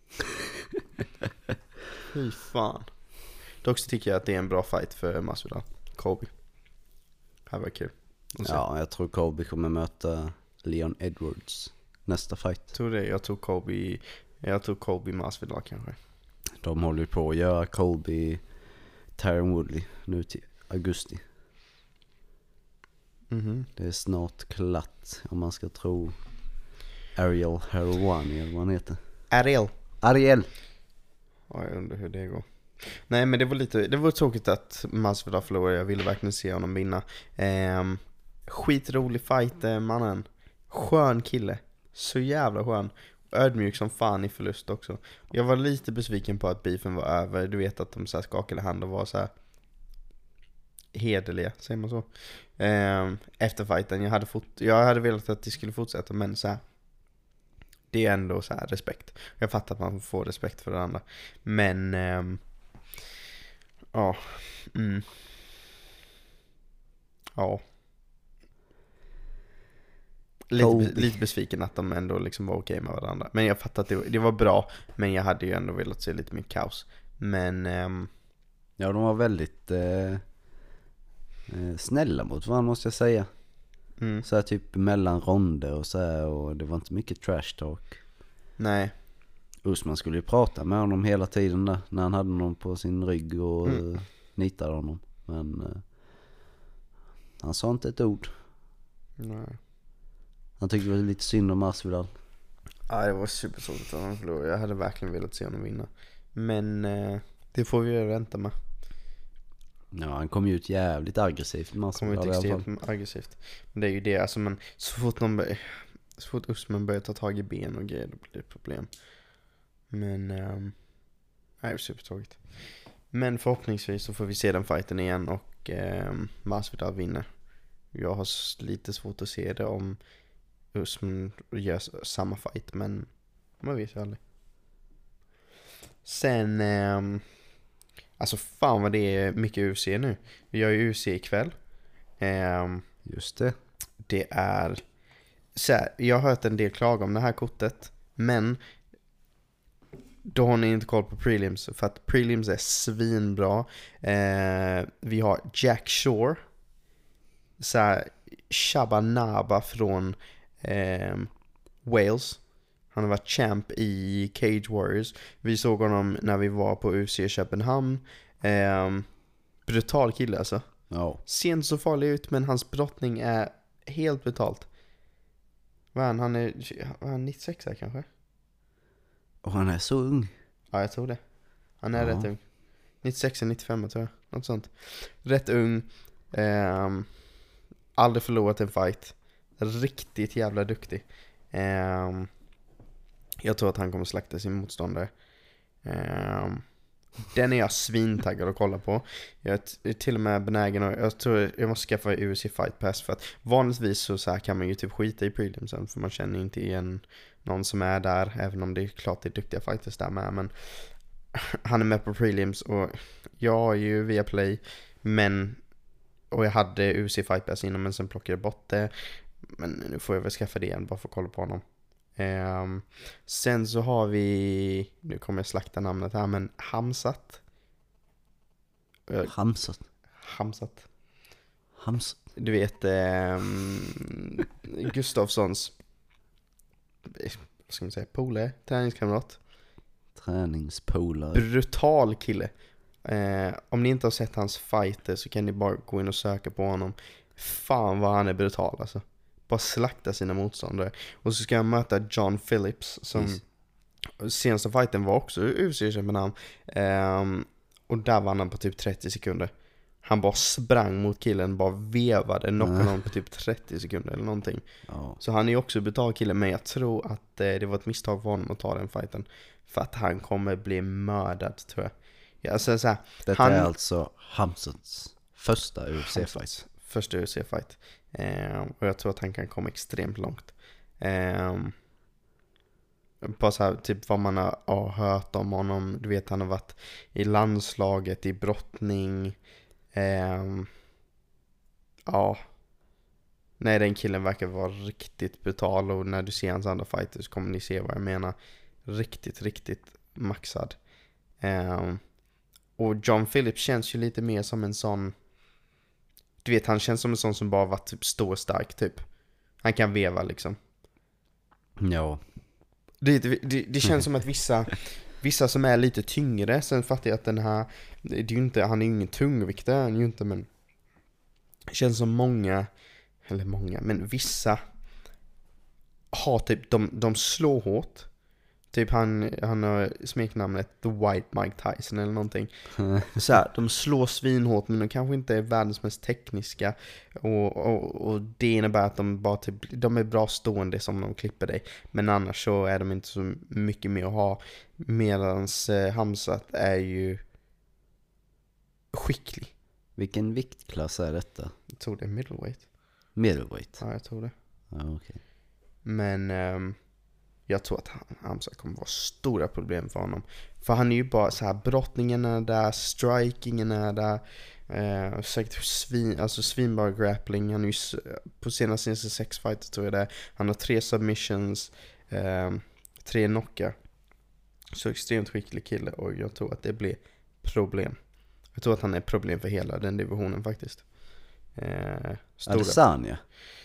Speaker 2: Fy fan. Dock så tycker jag att det är en bra fight för Masvidal. Colby. Det här var kul.
Speaker 3: Ja, jag tror Colby kommer möta Leon Edwards nästa fight.
Speaker 2: Jag tror det. Jag tror Colby, jag tror Colby Masvidal kanske.
Speaker 3: De håller på att göra Colby Tyron Woodley nu till augusti.
Speaker 2: Mm-hmm.
Speaker 3: Det är snart klart om man ska tro Ariel Helwani eller vad han heter.
Speaker 2: Ariel.
Speaker 3: Ariel.
Speaker 2: Ja, jag undrar hur det går. Nej, men det var lite, det var tråkigt att Masvidal förlorade. Jag ville verkligen se honom vinna. Ehm, skitrolig fight, eh, mannen. Skön kille. Så jävla skön. Ödmjuk som fan i förlust också. Jag var lite besviken på att beefen var över. Du vet att de så här skakade hand och var så här hederliga, säger man så. Ehm, efter fighten, jag hade, fått, jag hade velat att de skulle fortsätta, men så här, det är ändå så här respekt. Jag fattar att man får respekt för det andra. Men ehm, ja. Mm. Ja. Lite, lite besviken att de ändå liksom var okej med varandra. Men jag fattar att det, det var bra. Men jag hade ju ändå velat se lite mer kaos. Men ehm,
Speaker 3: ja, de var väldigt eh, eh, snälla mot varandra, måste jag säga.
Speaker 2: mm.
Speaker 3: Så här typ mellan ronder och så här, och det var inte mycket trash talk.
Speaker 2: Nej.
Speaker 3: Usman skulle ju prata med honom hela tiden där, när han hade honom på sin rygg och mm. nitade honom. Men eh, han sa inte ett ord.
Speaker 2: Nej.
Speaker 3: Han tyckte det var lite synd om Masvidal.
Speaker 2: Ja, det var supersorgligt att han förlorade. Jag hade verkligen velat se honom vinna. Men eh, det får vi ju vänta med.
Speaker 3: Ja, han kom ju ut jävligt aggressivt.
Speaker 2: Han kom ut extremt aggressivt. Men det är ju det, alltså man, så fort någon bör, så fort Usman börjar ta tag i ben och grejer, då blir det ett problem. Men eh, nej, det är supertråkigt. Men förhoppningsvis så får vi se den fighten igen och eh, Masvidal vinner. Jag har lite svårt att se det om Usman gör samma fight, men man vet ju aldrig. Sen eh, Alltså fan vad det är mycket U F C nu. Vi har ju U F C ikväll. Um,
Speaker 3: Just det.
Speaker 2: det är så här, jag har hört en del klaga om det här kortet, men då har ni inte koll på prelims, för att prelims är svinbra. Eh, vi har Jack Shore, så här, Shabanaba från eh, Wales. Han har varit champ i Cage Warriors. Vi såg honom när vi var på U F C i Köpenhamn. Eh, brutal kille alltså.
Speaker 3: Ja.
Speaker 2: Ser inte så farlig ut, men hans brottning är helt brutalt. Vad är han? Han är, är han nittiosex här kanske?
Speaker 3: Och han är så ung.
Speaker 2: Ja, jag tror det. Han är
Speaker 3: Ja.
Speaker 2: rätt ung. nittiosex eller nittiofem tror jag. Något sånt. Rätt ung. Um, aldrig förlorat en fight. Riktigt jävla duktig. Um, jag tror att han kommer slakta sin motståndare. Um, den är jag svintaggad att kolla på. Jag är till och med benägen och jag tror jag måste skaffa U F C Fight Pass, för att vanligtvis så, så här kan man ju typ skita i prelimsen, för man känner inte igen någon som är där, även om det är klart det är duktiga fighters där med, men han är med på prelims och jag är ju via Play, men och jag hade U F C Fight Pass innan, men sen plockade jag bort det, men nu får jag väl skaffa det igen bara för att kolla på honom. Um, sen så har vi, nu kommer jag slakta namnet här, men Hamzat uh,
Speaker 3: Hamzat.
Speaker 2: Hamzat
Speaker 3: Hamzat.
Speaker 2: Du vet um, Gustafssons, vad ska man säga, polare, träningskamrat,
Speaker 3: Träningspolare.
Speaker 2: brutal kille. uh, Om ni inte har sett hans fighter så kan ni bara gå in och söka på honom. Fan vad han är brutal alltså. Bara slakta sina motståndare. Och så ska jag möta John Phillips, som yes. senaste fighten var också U F C i Köpenhamn. Um, och där vann han på typ trettio sekunder. Han bara sprang mot killen, bara vevade, knockade mm. honom på typ trettio sekunder eller någonting. Oh. Så han är också betald kille, men jag tror att eh, det var ett misstag för honom att ta den fighten. För att han kommer bli mördad, tror jag. Ja, alltså, så här,
Speaker 3: Detta
Speaker 2: han...
Speaker 3: är alltså Hamzats första U F C-fight.
Speaker 2: Första U F C-fight. Eh, och jag tror att han kan komma extremt långt. Eh, bara så här, typ vad man har, har hört om honom. Du vet, han har varit i landslaget, i brottning. Eh, ja. Nej, den killen verkar vara riktigt brutal. Och när du ser hans andra fighters kommer ni se vad jag menar. Riktigt, riktigt maxad. Eh, och John Phillips känns ju lite mer som en sån... Du vet, han känns som en sån som bara varit typ stor stark typ. Han kan veva liksom.
Speaker 3: Ja.
Speaker 2: Det, det, det känns som att vissa vissa som är lite tyngre, sen fattar jag att den här, det är ju inte, han är ju ingen tungviktare, han är ju inte, men det känns som många, eller många, men vissa har typ, de, de slår hårt. Typ han, han har smeknamnet The White Mike Tyson eller någonting. Så här, de slår svinhårt, men de kanske inte är världens mest tekniska. Och, och, och det innebär att de bara typ, de är bra stående som de klipper dig. Men annars så är de inte så mycket mer att ha. Medans eh, Hamzat är ju skicklig.
Speaker 3: Vilken viktklass är detta?
Speaker 2: Jag tror det är middleweight.
Speaker 3: Middleweight?
Speaker 2: Ja, jag tror det.
Speaker 3: Ja, okej. Okay.
Speaker 2: Men... Um, jag tror att Hamzat kommer vara stora problem för honom. För han är ju bara så här, brottningen är där, strikingen är där. Eh, säkert svin, alltså svinbar grappling. Han är ju på senaste sex fighter tror jag det är. Han har tre submissions, eh, tre knockar. Så extremt skicklig kille, och jag tror att det blir problem. Jag tror att han är problem för hela den divisionen faktiskt. Eh,
Speaker 3: Adesanya?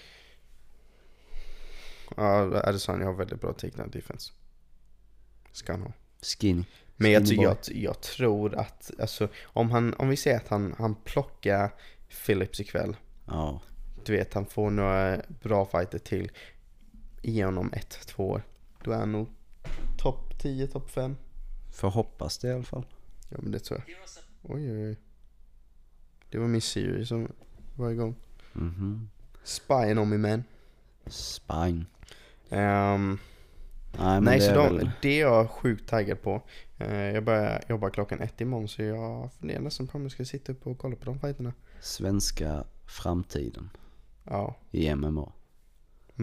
Speaker 2: Ja, Adesanya har väldigt bra takedown defense. Ska han ha.
Speaker 3: Skinny.
Speaker 2: Men jag, jag, jag tror att alltså, om, han, om vi säger att han, han plockar Phillips ikväll.
Speaker 3: Ja.
Speaker 2: Du vet, han får några bra fighter till. Ge honom ett, två år. Då är han nog topp tio, topp fem.
Speaker 3: Får hoppas det i alla fall.
Speaker 2: Ja, men det tror jag. Oj, oj, oj. Det var min Siri som var igång.
Speaker 3: Mhm.
Speaker 2: Spying on me, man.
Speaker 3: Spine.
Speaker 2: Um,
Speaker 3: nej,
Speaker 2: nej
Speaker 3: det
Speaker 2: så
Speaker 3: är
Speaker 2: de,
Speaker 3: väl...
Speaker 2: det är jag sjukt taggad på. uh, Jag börjar jobba klockan ett imorgon, så jag funderar nästan på om jag ska sitta upp och kolla på de fighterna.
Speaker 3: Svenska framtiden.
Speaker 2: Ja.
Speaker 3: I M M A.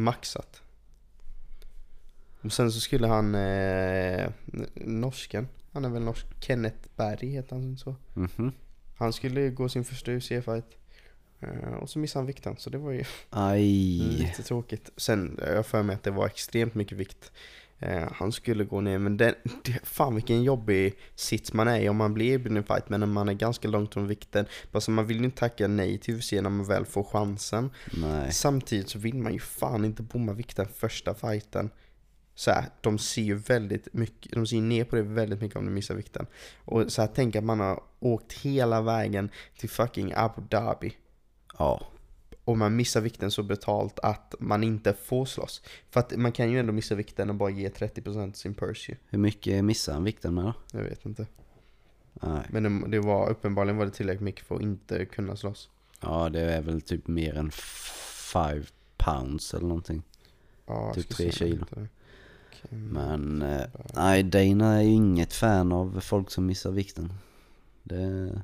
Speaker 2: Maxat. Och sen så skulle han eh, norsken Han är väl norsk. Kenneth Berg heter han så.
Speaker 3: Mhm.
Speaker 2: Han skulle gå sin första U F C-fight. Uh, och så missade han vikten. Så det var ju
Speaker 3: Aj.
Speaker 2: lite tråkigt. Sen jag för mig att det var extremt mycket vikt. Uh, han skulle gå ner. Men det, det, fan vilken jobbig sits man är i om man blir erbjuden en fight. Men när man är ganska långt från vikten. Alltså man vill ju inte tacka nej till U F C när man väl får chansen.
Speaker 3: Nej.
Speaker 2: Samtidigt så vill man ju fan inte bomma vikten första fighten. Så här, de ser ju väldigt mycket, de ser ner på det väldigt mycket om de missar vikten. Och så här, tänk att man har åkt hela vägen till fucking Abu Dhabi.
Speaker 3: Ja.
Speaker 2: Och man missar vikten så betalt att man inte får slåss. För att man kan ju ändå missa vikten och bara ge trettio procent sin purse ju.
Speaker 3: Hur mycket missar han vikten med då?
Speaker 2: Jag vet inte.
Speaker 3: Nej.
Speaker 2: Men det, det var uppenbarligen var det tillräckligt mycket för att inte kunna slåss.
Speaker 3: Ja, det är väl typ mer än five pounds eller någonting.
Speaker 2: Ja,
Speaker 3: typ tre kilo.
Speaker 2: Okay.
Speaker 3: Men eh, nej, Dana är ju inget fan av folk som missar vikten. Det,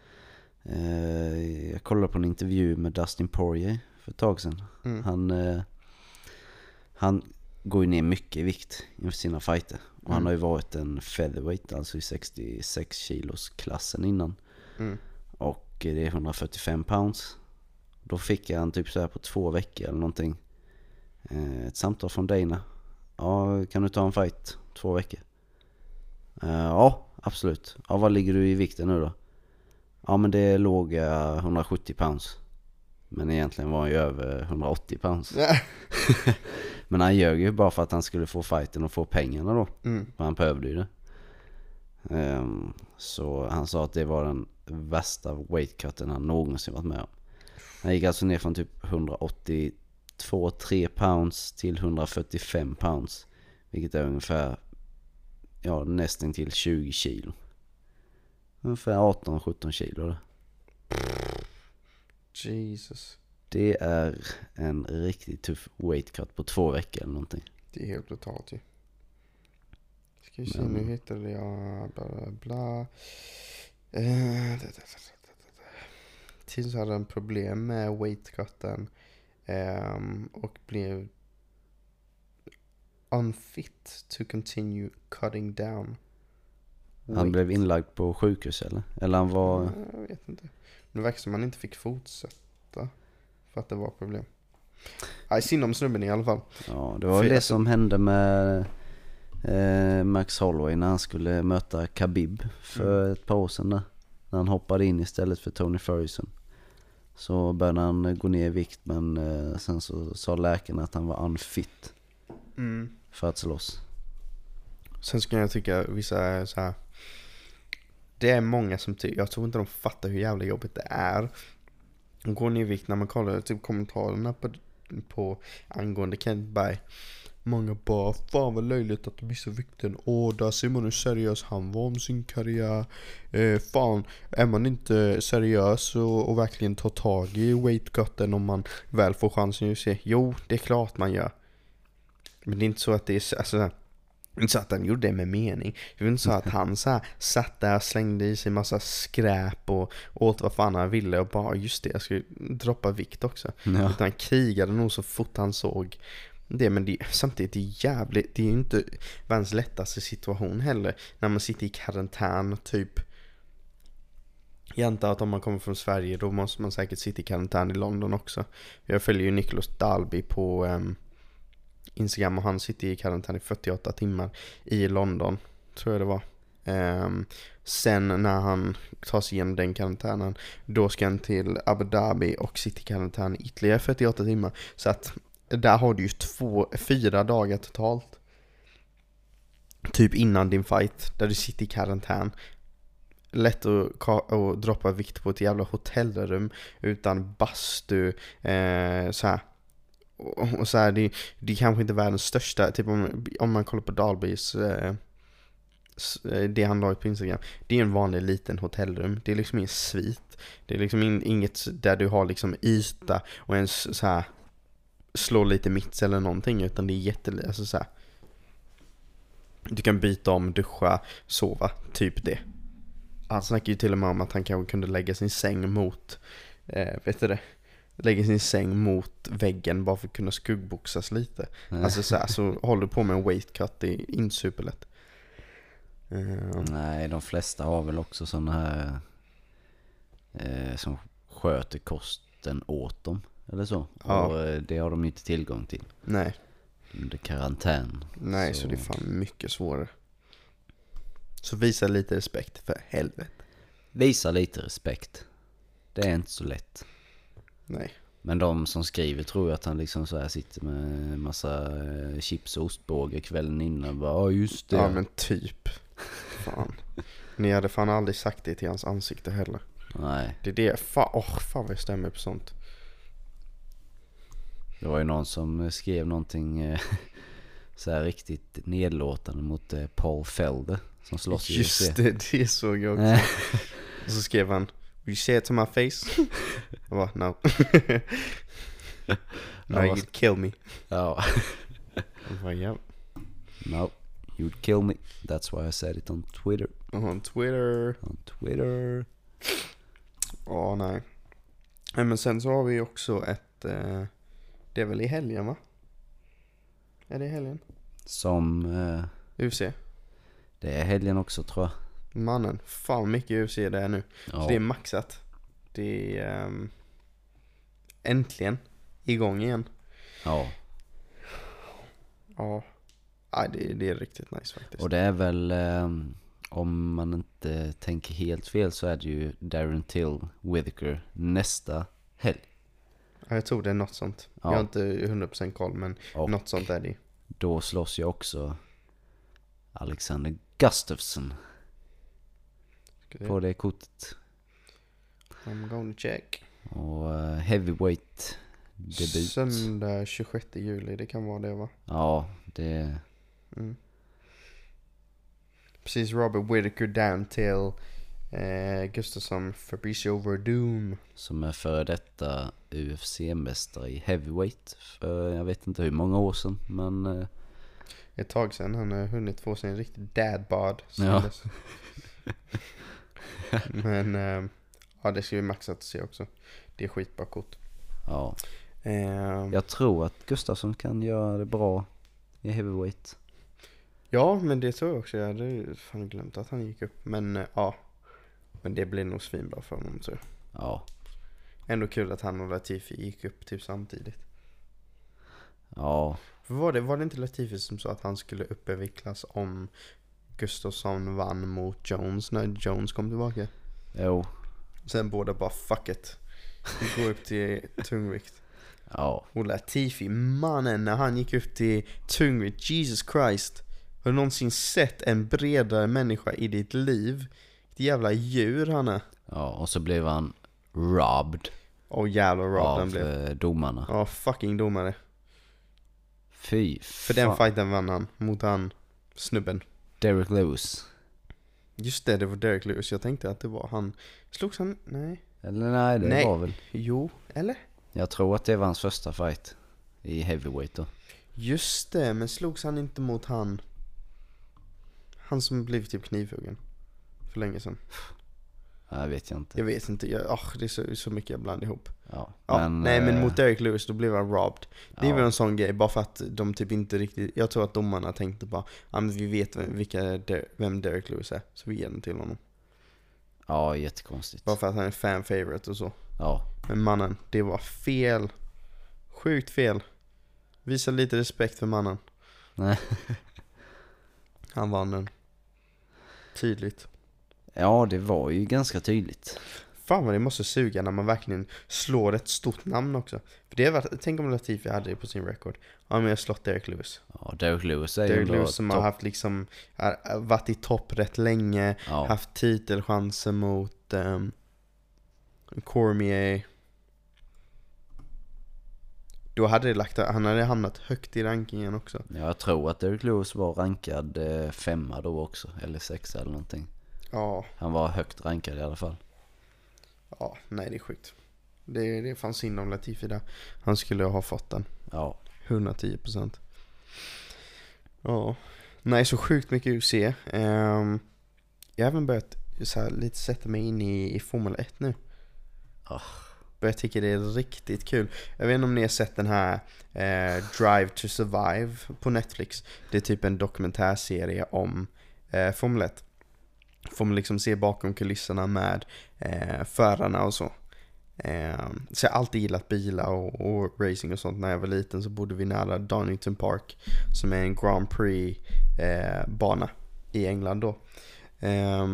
Speaker 3: eh, jag kollade på en intervju med Dustin Poirier för ett tag sedan.
Speaker 2: Mm.
Speaker 3: Han, eh, han går ju ner mycket i vikt inför sina fighter. Och han
Speaker 2: Mm.
Speaker 3: har ju varit en featherweight, alltså i sextiosex kilos klassen innan.
Speaker 2: Mm.
Speaker 3: Och det är hundrafyrtiofem pounds. Då fick han typ så här på två veckor eller någonting. Eh, ett samtal från Dana. Ja, kan du ta en fight två veckor? Uh, ja, absolut. Ja, vad ligger du i vikten nu då? Ja, men det är låga hundrasjuttio pounds. Men egentligen var han ju över hundraåttio pounds. Men han ljög ju bara för att han skulle få fighten och få pengarna då.
Speaker 2: Mm.
Speaker 3: För han behövde ju det. Um, så han sa att det var den värsta weightcutten han någonsin varit med om. Han gick alltså ner från typ hundraåttiotvå tre pounds till hundrafyrtiofem pounds. Vilket är ungefär, ja, nästan till tjugo kilo. Ungefär arton sjutton kilo då.
Speaker 2: Jesus.
Speaker 3: Det är en riktigt tuff weightcut på två veckor eller någonting.
Speaker 2: Det är helt brutalt ju. Ska vi se,
Speaker 3: Men...
Speaker 2: nu hittade jag bla bla bla. Eh, Tills hade en problem med weightcutten eh, och blev unfit to continue cutting down.
Speaker 3: Han
Speaker 2: weight.
Speaker 3: blev inlagd på sjukhus eller? Eller han var...
Speaker 2: Eh, Jag vet inte. Men det verkar som man inte fick fortsätta för att det var problem. Nej, synd om snubben i alla fall.
Speaker 3: Ja, det var ju det som hände med eh, Max Holloway när han skulle möta Khabib för mm. ett par år sedan där. När han hoppade in istället för Tony Ferguson. Så började han gå ner i vikt, men eh, sen så sa läkarna att han var unfit
Speaker 2: mm.
Speaker 3: för att slåss.
Speaker 2: Sen ska jag tycka vissa är så här. Det är många som tycker, jag tror inte de fattar hur jävla jobbigt det är. Går ner i vikt när man kollar typ kommentarerna på, på angående Kenneth Berg. Många bara, fan vad löjligt att du missar vikten. Åh, där ser man hur seriös han var om sin karriär. Eh, fan, är man inte seriös och, och verkligen tar tag i weightcutten om man väl får chansen att se? Jo, det är klart man gör. Men det är inte så att det är, alltså, det är inte så att han gjorde det med mening. Det är inte så att han så här satt där och slängde i sig massa skräp och åt vad fan han ville och bara, just det, jag ska droppa vikt också.
Speaker 3: Ja.
Speaker 2: Utan han krigade nog så fort han såg det, men det, samtidigt det är jävligt, det är ju inte världens lättaste situation heller när man sitter i karantän typ. Jag antar att om man kommer från Sverige då måste man säkert sitta i karantän i London också. Jag följer ju Nicholas Dalby på um, Instagram och han sitter i karantän i fyrtioåtta timmar i London, tror jag det var. Um, sen när han tar sig igenom den karantänen, då ska han till Abu Dhabi och sitta i karantän ytterligare fyrtioåtta timmar. Så att där har du ju två, fyra dagar totalt. Typ innan din fight, där du sitter i karantän. Lätt att, att droppa vikt på ett jävla hotellrum utan bastu, eh, så här. Och, och så här, det, det är kanske inte världens största, typ om, om man kollar på Dalbys eh, det han la ut på Instagram, det är en vanlig liten hotellrum. Det är liksom ingen svit. Det är liksom in, inget där du har liksom yta och ens så här slå lite mitts eller någonting, utan det är jätte, alltså så här, du kan byta om, duscha, sova, typ det. Han snackar ju till och med om att han kanske kunde lägga sin säng mot eh, vet du det? Lägga sin säng mot väggen bara för att kunna skuggboxas lite. Alltså så här, så håller du på med en weight cut, det är inte superlätt. Uh,
Speaker 3: Nej, de flesta har väl också sådana här eh, som sköter kosten åt dem. Eller så.
Speaker 2: Ja.
Speaker 3: Och eh, det har de inte tillgång till.
Speaker 2: nej.
Speaker 3: Under karantän.
Speaker 2: Nej, så. så det är fan mycket svårare. Så visa lite respekt, för helvete.
Speaker 3: Visa lite respekt. Det är inte så lätt.
Speaker 2: Nej.
Speaker 3: Men de som skriver tror jag att han liksom så här sitter med massa eh, chips och ostbågar kvällen innan. Bara, ja just det.
Speaker 2: Ja men typ. Fan. Ni hade fan aldrig sagt det till hans ansikte heller.
Speaker 3: Nej.
Speaker 2: Det är det. Fan, oh, fan vad jag stämmer på sånt.
Speaker 3: Det var ju någon som skrev någonting eh, så här riktigt nedlåtande mot eh, Paul Felder som slåss i U F C.
Speaker 2: Just det, det såg jag också. Och så skrev han, you say it to my face? Jag bara, no. No, you'd kill me.
Speaker 3: Ja.
Speaker 2: Jag bara, ja.
Speaker 3: No, you'd kill me. That's why I said it on Twitter.
Speaker 2: On Twitter.
Speaker 3: On Twitter.
Speaker 2: Ja, oh, nej. Nej. Men sen så har vi också ett, eh, det är väl i helgen va? Är det i helgen?
Speaker 3: Som eh,
Speaker 2: U F C.
Speaker 3: det är helgen också tror jag.
Speaker 2: Mannen, fan mycket U F C det är nu.
Speaker 3: Ja.
Speaker 2: Så det är maxat. Det är um, äntligen igång igen.
Speaker 3: Ja.
Speaker 2: Ja. Nej, det, det är riktigt nice faktiskt.
Speaker 3: Och det är väl eh, om man inte tänker helt fel så är det ju Darren Till Whittaker nästa helg.
Speaker 2: Ja, jag tror det är något sånt.
Speaker 3: Ja.
Speaker 2: Jag har inte hundra procent koll, men
Speaker 3: Och
Speaker 2: något sånt är det.
Speaker 3: då slåss ju också Alexander Gustafsson på det kortet.
Speaker 2: I'm going to check.
Speaker 3: Och uh, heavyweight debut.
Speaker 2: Söndag tjugosjätte juli, det kan vara det va?
Speaker 3: Ja, det...
Speaker 2: Mm. Precis, Robert Whittaker down till eh, Gustafsson, Fabricio Verdum.
Speaker 3: Som är före detta U F C-mästare i heavyweight för jag vet inte hur många år sedan, men... Eh...
Speaker 2: Ett tag sedan, han har hunnit få sig en riktig dadbod.
Speaker 3: Ja.
Speaker 2: Men eh, ja, det ska vi maxat se också. Det är skitbra kort.
Speaker 3: Ja.
Speaker 2: Eh,
Speaker 3: Jag tror att Gustafsson kan göra det bra i heavyweight.
Speaker 2: ja, men det tror jag också. Jag hade fan glömt att han gick upp. Men eh, ja, men det blir nog svinbra för honom tror jag.
Speaker 3: Ja.
Speaker 2: Ändå kul att han och Latifi gick upp typ samtidigt.
Speaker 3: Ja.
Speaker 2: För var det, var det inte Latifi som sa att han skulle uppvicklas om Gustafsson vann mot Jones när Jones kom tillbaka?
Speaker 3: Jo.
Speaker 2: Sen båda bara fuck it. Vi går upp till tungvikt.
Speaker 3: Ja.
Speaker 2: Och Latifi, mannen, när han gick upp till tungvikt, Jesus Christ. Har du någonsin sett en bredare människa i ditt liv? Ett jävla djur han är.
Speaker 3: Ja, och så blev han robbed.
Speaker 2: Åh oh, jävlar robbed
Speaker 3: av
Speaker 2: han blev.
Speaker 3: eh, domarna.
Speaker 2: Ja, oh, fucking domare.
Speaker 3: Fy
Speaker 2: För
Speaker 3: fan.
Speaker 2: den fighten vann han mot han snubben.
Speaker 3: Derek Lewis.
Speaker 2: Just det, det var Derek Lewis. Jag tänkte att det var han. Slogs han? Nej.
Speaker 3: Eller nej, det
Speaker 2: Nej.
Speaker 3: var väl.
Speaker 2: Jo, eller?
Speaker 3: Jag tror att det var hans första fight i heavyweight då.
Speaker 2: Just det, men slogs han inte mot han Han som blev typ knivhuggen för länge sedan?
Speaker 3: Jag vet jag inte.
Speaker 2: Jag vet inte, jag, oh, det är så, så mycket jag blandar ihop.
Speaker 3: Ja,
Speaker 2: Ja,
Speaker 3: men,
Speaker 2: nej men
Speaker 3: eh,
Speaker 2: mot Derek Lewis då blev han robbed. Det
Speaker 3: ja.
Speaker 2: är väl en sån grej, bara för att de typ inte riktigt. Jag tror att domarna tänkte bara ja, men vi vet vem, vilka, Der- vem Derek Lewis är, så vi ger den till honom.
Speaker 3: Ja, jättekonstigt.
Speaker 2: Bara för att han är fan favorite och så.
Speaker 3: Ja.
Speaker 2: Men mannen, det var fel. Sjukt fel. Visa lite respekt för mannen.
Speaker 3: Nej.
Speaker 2: Han vann den. Tydligt.
Speaker 3: Ja, det var ju ganska tydligt.
Speaker 2: Fan vad det måste suga när man verkligen slår ett stort namn också. För det var, tänk om Latifi hade det på sin record. Ja, men jag har slått Derek Lewis.
Speaker 3: Ja, Derek Lewis är ju
Speaker 2: Derek
Speaker 3: ändå
Speaker 2: Lewis som har
Speaker 3: topp.
Speaker 2: haft liksom har varit i topp rätt länge.
Speaker 3: Ja.
Speaker 2: Haft titelchanser mot um, Cormier. Då hade det lagt, han hade hamnat högt i rankingen också.
Speaker 3: Ja, jag tror att Derek Lewis var rankad eh, femma då också. Eller sexa eller någonting.
Speaker 2: Ja,
Speaker 3: Han var högt rankad i alla fall.
Speaker 2: ja, nej det är sjukt. Det, det fanns synd om Latifi där. Han skulle ha fått den.
Speaker 3: Ja.
Speaker 2: hundratio procent. Ja. Nej, så sjukt mycket U F C. Um, jag har även börjat så här, lite sätta mig in i, i Formel ett nu.
Speaker 3: Oh.
Speaker 2: Jag tycker det är riktigt kul. Jag vet inte om ni har sett den här eh, Drive to Survive på Netflix. Det är typ en dokumentärserie om eh, Formel ett. Får man liksom se bakom kulisserna med eh, förarna och så. Eh, så jag har alltid gillat bilar och, och racing och sånt. När jag var liten så bodde vi nära Donington Park, som är en Grand Prix eh, bana i England då. Eh,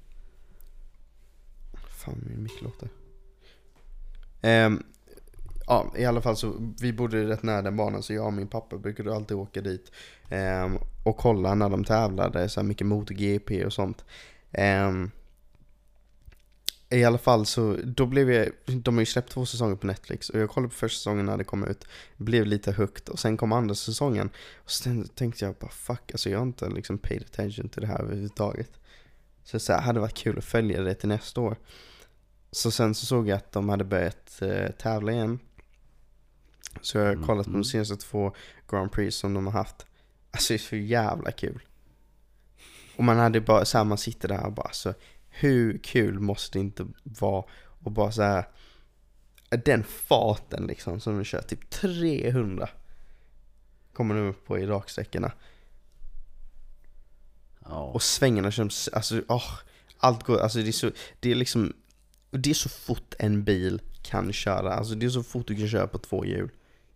Speaker 2: fan, min mick låter. Eh, ja, i alla fall så vi bodde rätt nära den banan, så jag och min pappa brukade alltid åka dit eh, och kolla när de tävlade, så här mycket MotoGP och sånt. Um, I alla fall så då blev jag, de har ju släppt två säsonger på Netflix och jag kollade på första säsongen när det kom ut, blev lite högt, och sen kom andra säsongen och sen tänkte jag bara fuck, alltså jag har inte liksom paid attention till det här överhuvudtaget. Så så här, hade varit kul att följa det till nästa år. Så sen så såg jag att de hade börjat uh, tävla igen. Så jag har kollat på de senaste två Grand Prix som de har haft. Alltså det är så jävla kul. Och man hade bara så här, man sitter där och bara så, hur kul måste det inte vara, och bara så här, den farten liksom som de kör typ trehundra kommer de upp på i raksträckorna.
Speaker 3: Ja.
Speaker 2: Och svängarna som alltså åh, allt går, alltså det är så, det är liksom, det är så fort en bil kan köra, alltså det är så fort du kan köra på två hjul.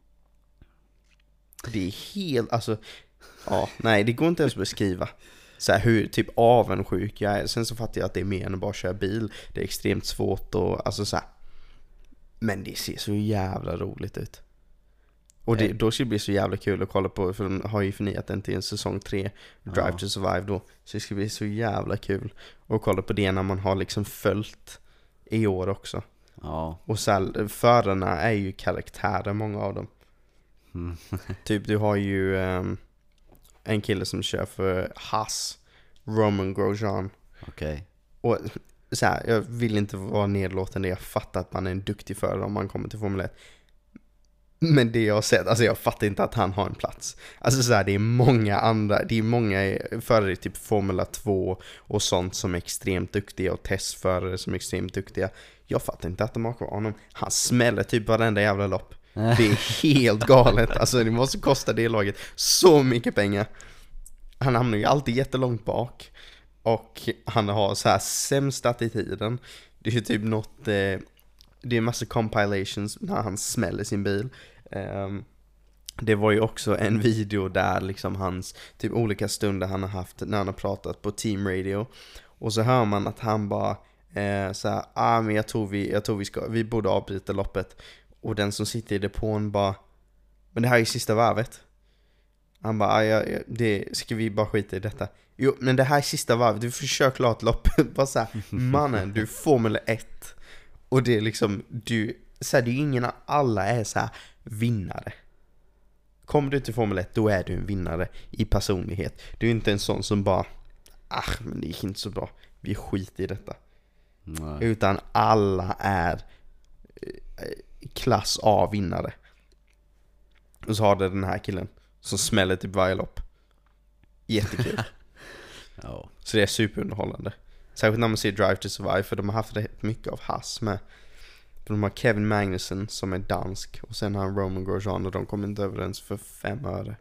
Speaker 2: Det är helt, alltså ja, nej, det går inte ens att beskriva. Så här, hur typ avundsjuk jag är. Sen så fattar jag att det är mer än att bara köra bil. Det är extremt svårt och alltså så här. Men det ser så jävla roligt ut. Och det, då ska det bli så jävla kul att kolla på, för de har ju förnyat den till en säsong tre, Drive ja. to Survive då. Så det ska bli så jävla kul att kolla på det när man har liksom följt i år också.
Speaker 3: Ja.
Speaker 2: Och så här, förarna är ju karaktärer, många av dem. Mm. Typ du har ju um, en kille som kör för Haas, Romain Grosjean.
Speaker 3: Okej. Okay.
Speaker 2: Och så här, jag vill inte vara nedlåtande, jag fattar att man är en duktig förare om man kommer till Formel ett. Men det jag har sett, alltså jag fattar inte att han har en plats. Alltså så här, det är många andra, det är många förare i typ Formula två och sånt som är extremt duktiga, och testförare som är extremt duktiga. Jag fattar inte att de har kvar honom. Han smäller typ varenda jävla lopp. Det är helt galet. Alltså det måste kosta det laget så mycket pengar. Han hamnar ju alltid jättelångt bak. Och han har så här sämsta i tiden. Det är ju typ något eh, det är en massa compilations när han smäller sin bil. Um, det var ju också en video där liksom hans typ olika stunder han har haft när han har pratat på Team Radio. Och så hör man att han bara eh, så här, ah men jag tror vi jag tror vi ska vi borde avbryta loppet. Och den som sitter i depån bara, men det här är ju sista varvet. Han bara, ah, ja, det ska vi bara skita i detta. Jo, men det här är sista varvet, du försöker klart loppet. Bara så här, mannen, du är Formel ett. Och det är liksom, du, så här, det är ju ingen, alla är så här vinnare. Kommer du till Formel ett, då är du en vinnare i personlighet. Du är inte en sån som bara, ah, men det gick inte så bra, vi skiter i detta. Nej. Utan alla är klass A-vinnare. Och så har det den här killen som smäller typ varje lopp. Jättekul. Ja. Så det är superunderhållande. Särskilt när man ser Drive to Survive, för de har haft rätt mycket av Haas med. För de har Kevin Magnussen som är dansk, och sen har han Romain Grosjean, och de kommer inte överens för fem öre.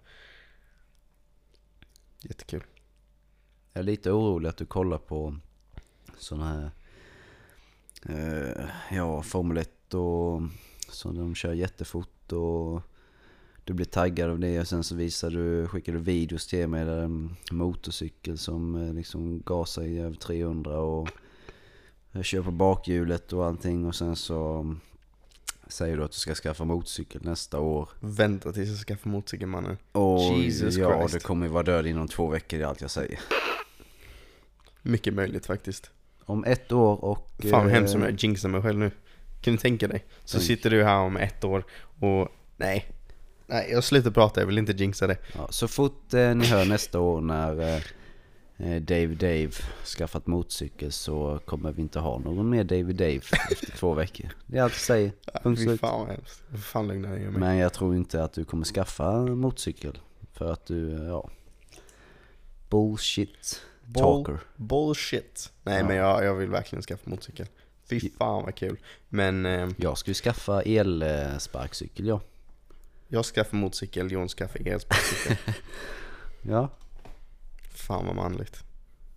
Speaker 2: Jättekul.
Speaker 3: Jag är lite orolig att du kollar på såna här eh, ja, Formel ett och så de kör jättefort och du blir taggad av det, och sen så visar du, skickar du videos till mig där en motorcykel som liksom gasar i över trehundra och jag kör på bakhjulet och allting, och sen så säger du att du ska skaffa motorcykel nästa år.
Speaker 2: Vänta tills jag skaffar motorcykel, mannen.
Speaker 3: Och Jesus ja, Christ. Det kommer vara död inom två veckor, det är allt jag säger.
Speaker 2: Mycket möjligt faktiskt.
Speaker 3: Om ett år och...
Speaker 2: Fan vad hemskt som jag jinxar mig själv nu. Kan du tänka dig? Så tänk. Sitter du här om ett år och... Nej. Nej, jag slutar prata, jag vill inte jinxa det.
Speaker 3: Ja, så fort eh, ni hör nästa år när eh, Dave Dave skaffat motorcykel, så kommer vi inte ha någon mer Dave Dave efter två veckor. Det är allt jag säger.
Speaker 2: Ja, fy fan vad hemskt. Fan lugnar jag mig.
Speaker 3: Men jag tror inte att du kommer skaffa motorcykel. För att du, ja... Bullshit. Talker.
Speaker 2: Bullshit. Nej, ja. Men jag, jag vill verkligen skaffa motorcykel. Fy fan vad kul. Men... Eh,
Speaker 3: jag skulle skaffa elsparkcykel, ja.
Speaker 2: Jag skaffar motorcykel, Jon skaffar elsparkcykel.
Speaker 3: Ja.
Speaker 2: Fan vad manligt.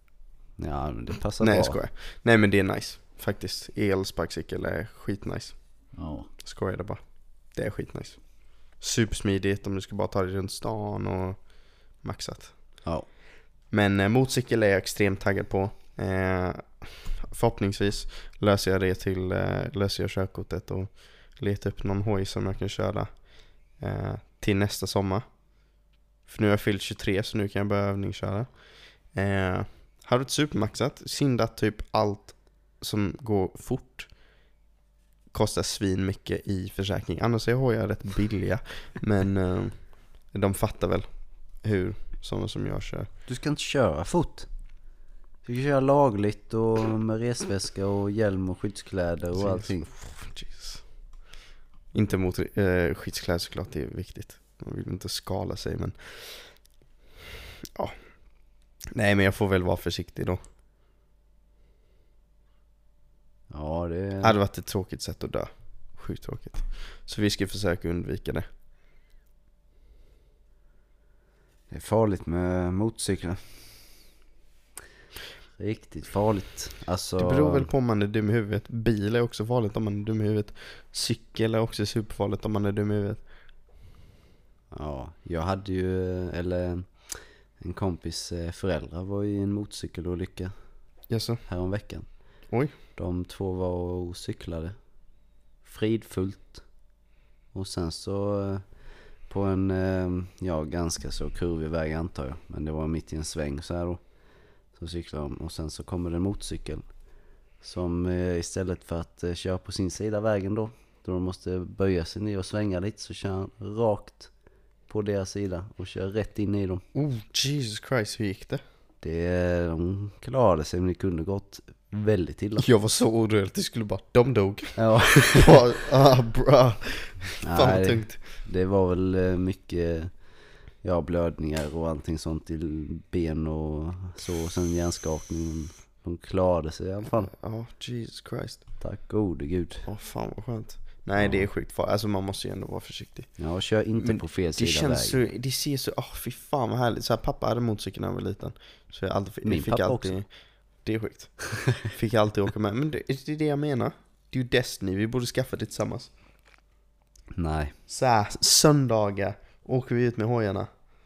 Speaker 3: Ja, men det passar
Speaker 2: Nej
Speaker 3: bra.
Speaker 2: jag skojar. Nej men det är nice. Faktiskt, elsparkcykel är skitnice.
Speaker 3: Ja.
Speaker 2: Skojar det bara. Det är skitnice. Supersmidigt om du ska bara ta dig runt stan och maxat.
Speaker 3: Ja.
Speaker 2: Men eh, motorcykel är jag extremt taggad på. Eh, förhoppningsvis löser jag det till eh, löser jag körkortet och letar upp någon hoj som jag kan köra eh, till nästa sommar. För nu har jag fyllt tjugotre så nu kan jag börja övningsköra. Eh, har du ett supermaxat, synd att typ allt som går fort kostar svin mycket i försäkring. Annars är hojar rätt billiga. Men eh, de fattar väl hur sådana som jag kör.
Speaker 3: Du ska inte köra fort. Du ska köra lagligt och med resväska och hjälm och skyddskläder och allting.
Speaker 2: Jesus. Inte mot eh, skyddskläder såklart, det är viktigt. Man vill inte skala sig men ja. Nej men jag får väl vara försiktig då.
Speaker 3: Ja, det
Speaker 2: Det hade varit ett tråkigt sätt att dö. Sjukt tråkigt. Så vi ska försöka undvika det.
Speaker 3: Det är farligt med motorcyklar. Riktigt farligt. Alltså...
Speaker 2: Det beror väl på om man är dum i huvudet. Bil är också farligt om man är dum i huvudet. Cykel är också superfarligt om man är dum i huvudet.
Speaker 3: Ja, jag hade ju, eller en kompis föräldrar var i en motorcykelolycka
Speaker 2: Jaså?
Speaker 3: härom veckan.
Speaker 2: Oj.
Speaker 3: De två var och cyklade fridfullt. Och sen så på en, ja, ganska så kurvig väg antar jag. Men det var mitt i en sväng så här då. Så cyklade de och sen så kommer det en motorcykel. Som istället för att köra på sin sida vägen då. Då de måste böja sig ner och svänga lite så kör han rakt på deras sida och kör rätt in i dem.
Speaker 2: Oh, Jesus Christ, hur gick det?
Speaker 3: Det, de klarade sig men det kunde gått väldigt illa.
Speaker 2: Jag var så orolig att det skulle bara, de dog.
Speaker 3: Ja.
Speaker 2: Bara, ah, bra. Fan vad
Speaker 3: Nej,
Speaker 2: tungt.
Speaker 3: det var väl mycket, ja, blödningar och allting sånt i ben och så. Och sen hjärnskakning. De klarade sig i alla fall.
Speaker 2: Ja, oh, Jesus Christ.
Speaker 3: Tack gode gud.
Speaker 2: Åh oh, fan vad skönt. Nej, ja. Det är sjukt farligt. Alltså man måste ju ändå vara försiktig.
Speaker 3: Ja, kör inte men på fel
Speaker 2: det
Speaker 3: sida
Speaker 2: känns
Speaker 3: vägen.
Speaker 2: Så, det ser så, åh oh, fy fan vad härligt. Så här, pappa hade motorcykeln när jag var liten. Så jag alltid,
Speaker 3: Min
Speaker 2: fick
Speaker 3: pappa
Speaker 2: alltid,
Speaker 3: också.
Speaker 2: Det är sjukt. Fick alltid åka med. Men det, det är det jag menar. Det är ju Destiny, vi borde skaffa det tillsammans.
Speaker 3: Nej.
Speaker 2: Så här, söndagar åker vi ut med hojarna.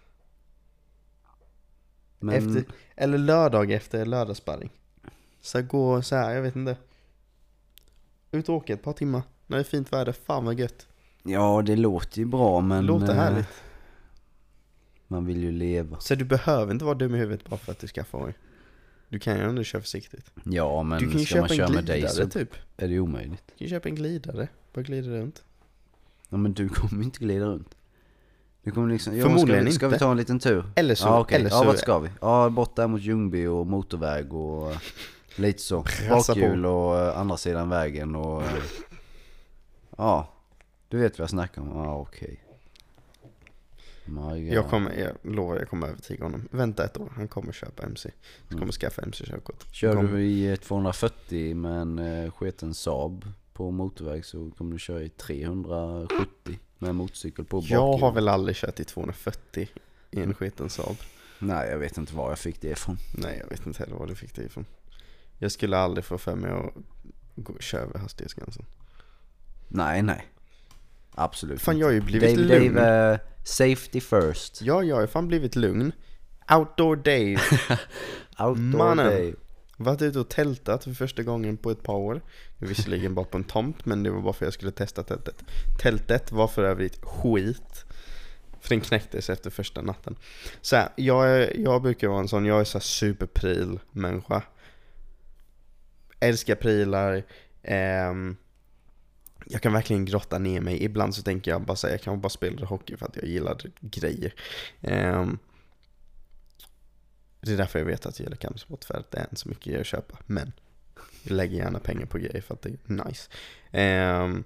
Speaker 3: Men...
Speaker 2: Efter, eller lördag efter lördagssparring. Så gå så här, jag vet inte. Ut och åka ett par timmar. När det är fint väder, fan vad gött.
Speaker 3: Ja, det låter ju bra men...
Speaker 2: Det låter härligt.
Speaker 3: Man vill ju leva.
Speaker 2: Så du behöver inte vara dum i huvudet bara för att du skaffar hoj. Du kan ju ändå köra försiktigt.
Speaker 3: Ja, men
Speaker 2: du kan ju
Speaker 3: ska
Speaker 2: köpa
Speaker 3: man köra
Speaker 2: en
Speaker 3: med dig
Speaker 2: glidare
Speaker 3: så
Speaker 2: typ.
Speaker 3: är det omöjligt.
Speaker 2: Du kan ju köpa en glidare. Bara glida runt.
Speaker 3: Ja, men du kommer inte glida runt. Du kommer liksom,
Speaker 2: Förmodligen
Speaker 3: ska vi,
Speaker 2: inte.
Speaker 3: Ska vi ta en liten tur?
Speaker 2: Eller så.
Speaker 3: Ja, okej.
Speaker 2: Eller
Speaker 3: Ja,
Speaker 2: så.
Speaker 3: vart ska vi? Ja, bort där mot Ljungby och motorväg och lite så.
Speaker 2: Pressa
Speaker 3: Bakhjul
Speaker 2: på.
Speaker 3: och uh, andra sidan vägen och... Uh, ja, du vet vad jag snackar om. Ja, okej. Okay.
Speaker 2: Jag kommer, jag lovar jag kommer övertyga honom. Vänta ett år, han kommer köpa M C. Han kommer
Speaker 3: Mm.
Speaker 2: skaffa M C-körkort.
Speaker 3: Kör
Speaker 2: kommer...
Speaker 3: du i tvåhundrafyrtio med en uh, sketen Saab på motorväg så kommer du köra i trehundrasjuttio med motorcykel på bakhjul.
Speaker 2: Jag har väl aldrig kört i tvåhundrafyrtio i en sketen Saab.
Speaker 3: Nej, jag vet inte var jag fick det ifrån.
Speaker 2: Nej, jag vet inte heller var du fick det ifrån. Jag skulle aldrig få för mig att gå och köra över hastighetsgränsen.
Speaker 3: Nej, nej. Absolut.
Speaker 2: Fan, jag har ju blivit
Speaker 3: Dave,
Speaker 2: lugn.
Speaker 3: Dave, uh, safety first.
Speaker 2: Ja, jag har ju fan blivit lugn. Outdoor Dave.
Speaker 3: Outdoor
Speaker 2: Mannen.
Speaker 3: Dave.
Speaker 2: Varit ute och tältat för första gången på ett par år. Visserligen bara på en tomt, men det var bara för att jag skulle testa tältet. Tältet var för övrigt skit. För den knäcktes efter första natten. Så här, jag, är, jag brukar vara en sån, jag är så här superpril människa. Älskar prylar. Ehm, jag kan verkligen grotta ner mig. Ibland så tänker jag bara säga, jag kan bara spela hockey för att jag gillar grejer. Ehm, det är därför jag vet att jag gillar kampsport, för att det är inte så mycket jag köper. Men jag lägger gärna pengar på grejer för att det är nice. Ehm,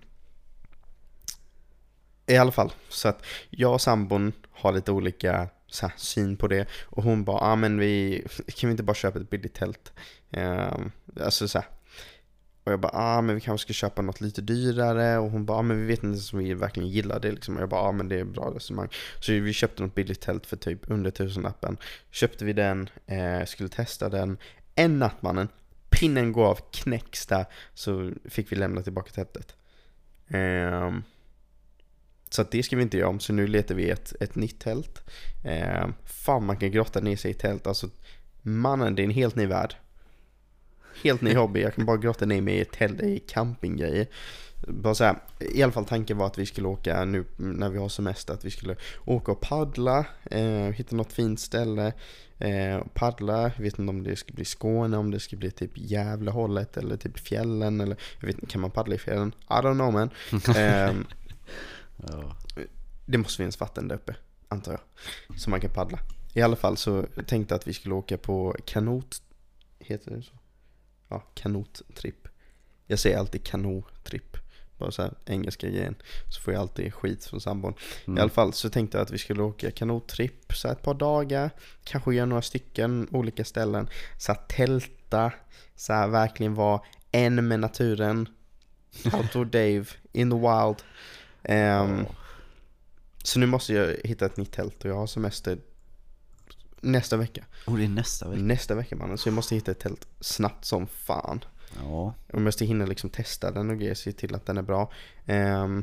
Speaker 2: I alla fall, så att jag och sambon har lite olika så här, syn på det. Och hon bara, ja ah, men vi kan vi inte bara köpa ett billigt tält? Um, alltså så här. Och jag bara, ja ah, men vi kanske ska köpa något lite dyrare. Och hon bara, ah, men vi vet inte om vi verkligen gillar det liksom. Och jag bara, ja ah, men det är bra resonemang. Så vi köpte något billigt tält för typ under tusenlappen. Köpte vi den, eh, skulle testa den. En natt mannen, pinnen går av, knäcks där, så fick vi lämna tillbaka tältet. Um, så att det ska vi inte göra om, så nu letar vi ett, ett nytt tält. Um, fan, man kan grotta ner sig i tält. Alltså mannen, det är en helt ny värld. Helt ny hobby. Jag kan bara grotta ner mig i ett tält, i campinggrejer. Bara så här, i alla fall tanken var att vi skulle åka nu när vi har semester, att vi skulle åka och paddla, eh, hitta något fint ställe, eh, paddla. Jag vet inte om det ska bli Skåne, om det ska bli typ Gävlehållet eller typ fjällen, eller jag vet inte, kan man paddla i fjällen? I don't know man. eh,
Speaker 3: Ja.
Speaker 2: Det måste finnas vatten där uppe, antar jag, så man kan paddla. I alla fall så tänkte jag att vi skulle åka på kanot, heter det så? Ja, kanottripp. Jag säger alltid kanottripp, bara så här engelska grejen, så får jag alltid skit från sambon. Mm. I alla fall så tänkte jag att vi skulle åka kanottripp så här ett par dagar, kanske göra några stycken olika ställen, så här tälta, så här verkligen vara en med naturen, outdoor Dave in the wild. Um, oh. Så nu måste jag hitta ett nytt tält, och jag har semester nästa vecka.
Speaker 3: Och oh, det är nästa vecka.
Speaker 2: Nästa vecka mannen, så jag måste hitta ett tält snabbt som fan.
Speaker 3: Ja.
Speaker 2: Jag måste hinna liksom testa den och grejer, se till att den är bra. Um,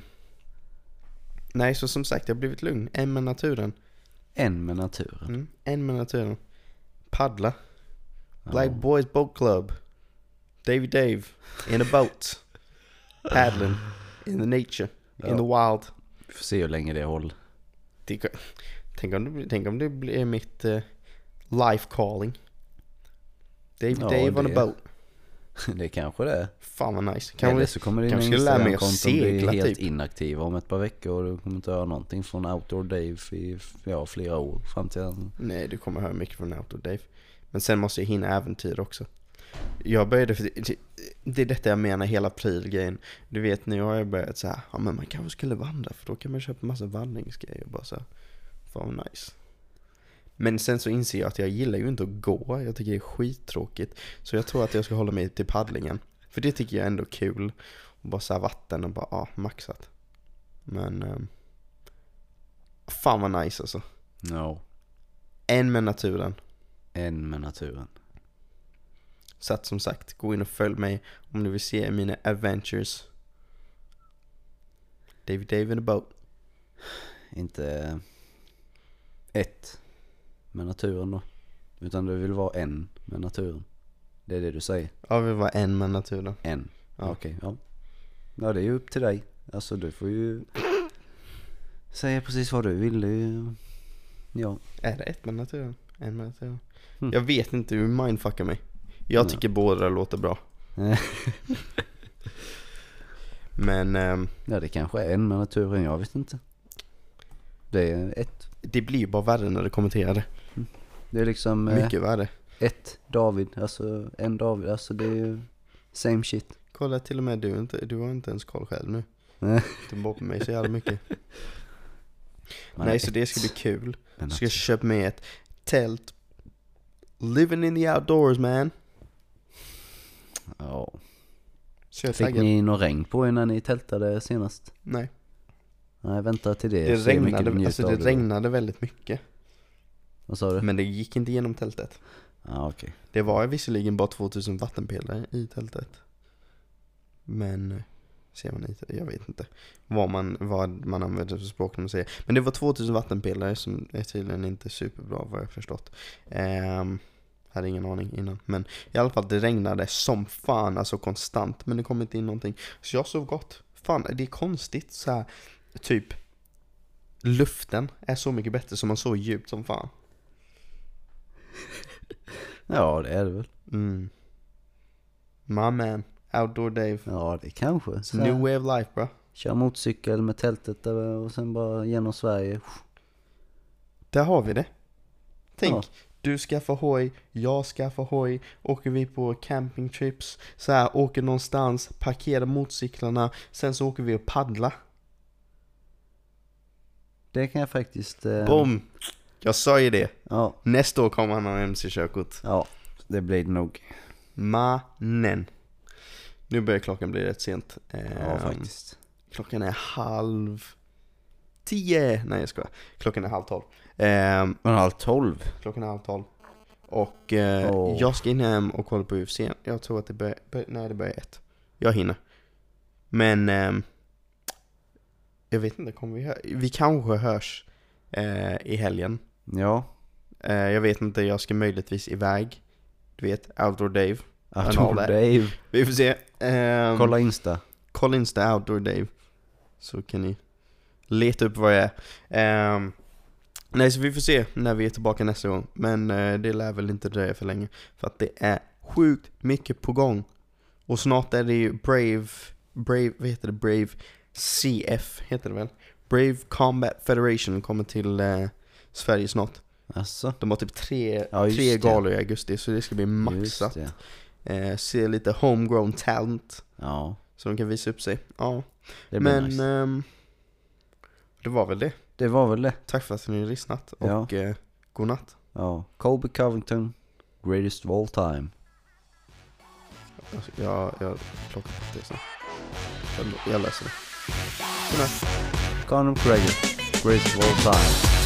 Speaker 2: nej, så som sagt, jag har blivit lugn. En med naturen.
Speaker 3: En med naturen.
Speaker 2: Mm, en med naturen. Paddla. Ja. Like Boys Boat Club. Davey Dave. In a boat. Paddling. In the nature. Ja. In the wild.
Speaker 3: Vi får se hur länge det håller.
Speaker 2: Det, tänk, om det, tänk om det blir mitt uh, life calling. Davey ja, Dave det... on a boat.
Speaker 3: Det kanske det är.
Speaker 2: Fan vad nice.
Speaker 3: Kan Eller så kommer din Instagram-konto bli helt
Speaker 2: typ.
Speaker 3: inaktiva om ett par veckor, och du kommer inte höra någonting från Outdoor Dave i ja, flera år fram till den.
Speaker 2: Nej, du kommer höra mycket från Outdoor Dave. Men sen måste jag hinna äventyr också. Jag började, för det, det är detta jag menar, hela prylgrejen. Du vet, nu har jag börjat så här, ja men man kanske skulle vandra, för då kan man köpa massa vandringsgrejer och bara så här, fan vad nice. Men sen så inser jag att jag gillar ju inte att gå. Jag tycker det är skittråkigt. Så jag tror att jag ska hålla mig till paddlingen. För det tycker jag är ändå kul. Och bara så här vatten och bara, ja, maxat. Men um, fan vad nice alltså.
Speaker 3: No.
Speaker 2: En med naturen.
Speaker 3: En med naturen.
Speaker 2: Så att som sagt, gå in och följ mig om ni vill se mina adventures. David Dave in a boat.
Speaker 3: Inte ett med naturen då, utan du vill vara en med naturen. Det är det du säger.
Speaker 2: Jag vill vara en med naturen.
Speaker 3: En. Ja. Okej, okay, ja. Ja, det är ju upp till dig. Alltså du får ju säga precis vad du vill. Du... Ja.
Speaker 2: Är det ett med naturen? En med naturen? Mm. Jag vet inte hur mindfuckar mig. Jag tycker ja. båda låter bra. Men um,
Speaker 3: ja, det kanske är en med naturen, jag vet inte. Det är ett.
Speaker 2: Det blir ju bara värre när du kommenterar det.
Speaker 3: Mm. Det är liksom
Speaker 2: mycket eh, värre.
Speaker 3: Ett David, alltså en David, alltså det är ju same shit.
Speaker 2: Kolla, till och med du inte, du har inte ens koll själv nu. Du bara på mig så jävla mycket. Nej, så det ska bli kul. Jag ska köpa med ett tält. Living in the outdoors, man.
Speaker 3: Ja.
Speaker 2: Så jag
Speaker 3: Fick
Speaker 2: taggad.
Speaker 3: ni någon regn på er när ni tältade senast?
Speaker 2: Nej.
Speaker 3: Nej, vänta till det.
Speaker 2: Det regnade, alltså det regnade väldigt mycket.
Speaker 3: Vad sa du?
Speaker 2: Men det gick inte igenom tältet.
Speaker 3: Ah, okej. Okay.
Speaker 2: Det var visserligen bara tvåtusen vattenpelare i tältet. Men ser man inte, jag vet inte vad man, vad man använder för språk när man säger. Men det var tvåtusen vattenpelare som är tydligen inte superbra, vad jag förstått. Um, hade ingen aning innan. Men i alla fall, det regnade som fan, alltså konstant. Men det kom inte in någonting. Så jag sov gott. Fan, det är konstigt så här, typ luften är så mycket bättre som man så djupt som fan.
Speaker 3: Ja, det är det väl.
Speaker 2: Mm. My man, outdoor Dave.
Speaker 3: Ja, det kanske.
Speaker 2: Så new way of life, bro.
Speaker 3: Kör motorcykel med tältet där och sen bara genom Sverige.
Speaker 2: Där har vi det. Tänk, ja. Du skaffar hoj, jag skaffar hoj, åker vi på campingtrips, så här, åker någonstans, parkerar motorcyklarna, sen så åker vi och paddla.
Speaker 3: Det kan jag faktiskt... Eh...
Speaker 2: Boom! Jag sa ju det.
Speaker 3: Ja.
Speaker 2: Nästa år kommer han ha M C-körkort.
Speaker 3: Ja, det blir det nog.
Speaker 2: Mannen. Nu börjar klockan bli rätt sent.
Speaker 3: Ja, um, faktiskt.
Speaker 2: Klockan är halv tio. Nej, jag skojar. Klockan är halv tolv. Um,
Speaker 3: Men halv tolv?
Speaker 2: Klockan är halv tolv. Och eh,
Speaker 3: Oh.
Speaker 2: jag ska in hem och kolla på U F C. Jag tror att det börjar, bör, nej det börjar ett. Jag hinner. Men ehm, jag vet inte, kommer vi hö- vi kanske hörs eh, i helgen.
Speaker 3: Ja.
Speaker 2: Eh, jag vet inte, jag ska möjligtvis iväg. Du vet, Outdoor Dave.
Speaker 3: Outdoor
Speaker 2: that.
Speaker 3: Dave.
Speaker 2: Vi får se. Ehm,
Speaker 3: Kolla Insta.
Speaker 2: kolla Insta Outdoor Dave. Så kan ni leta upp vad jag är. Ehm, nej, så vi får se när vi är tillbaka nästa gång. Men eh, det lär väl inte dröja för länge. För att det är sjukt mycket på gång. Och snart är det ju Brave, Brave, vad heter det? Brave C F heter det väl? Brave Combat Federation kommer till eh, Sverige snart.
Speaker 3: Alltså.
Speaker 2: De har typ tre,
Speaker 3: Ja, just
Speaker 2: tre
Speaker 3: det.
Speaker 2: galor i augusti, så det ska bli maxat.
Speaker 3: Just det.
Speaker 2: Eh, se lite homegrown talent
Speaker 3: Ja.
Speaker 2: så de kan visa upp sig. Ja.
Speaker 3: Det blir
Speaker 2: Men
Speaker 3: nice.
Speaker 2: ehm, det var väl det.
Speaker 3: Det var väl det.
Speaker 2: Tack för att ni har lyssnat
Speaker 3: Ja.
Speaker 2: och eh, god natt.
Speaker 3: Ja. Colby Covington, greatest of all time.
Speaker 2: Alltså, jag, jag plockar upp det sen. Jag, jag läser det. God natt.
Speaker 3: Conor McGregor, greatest of all time.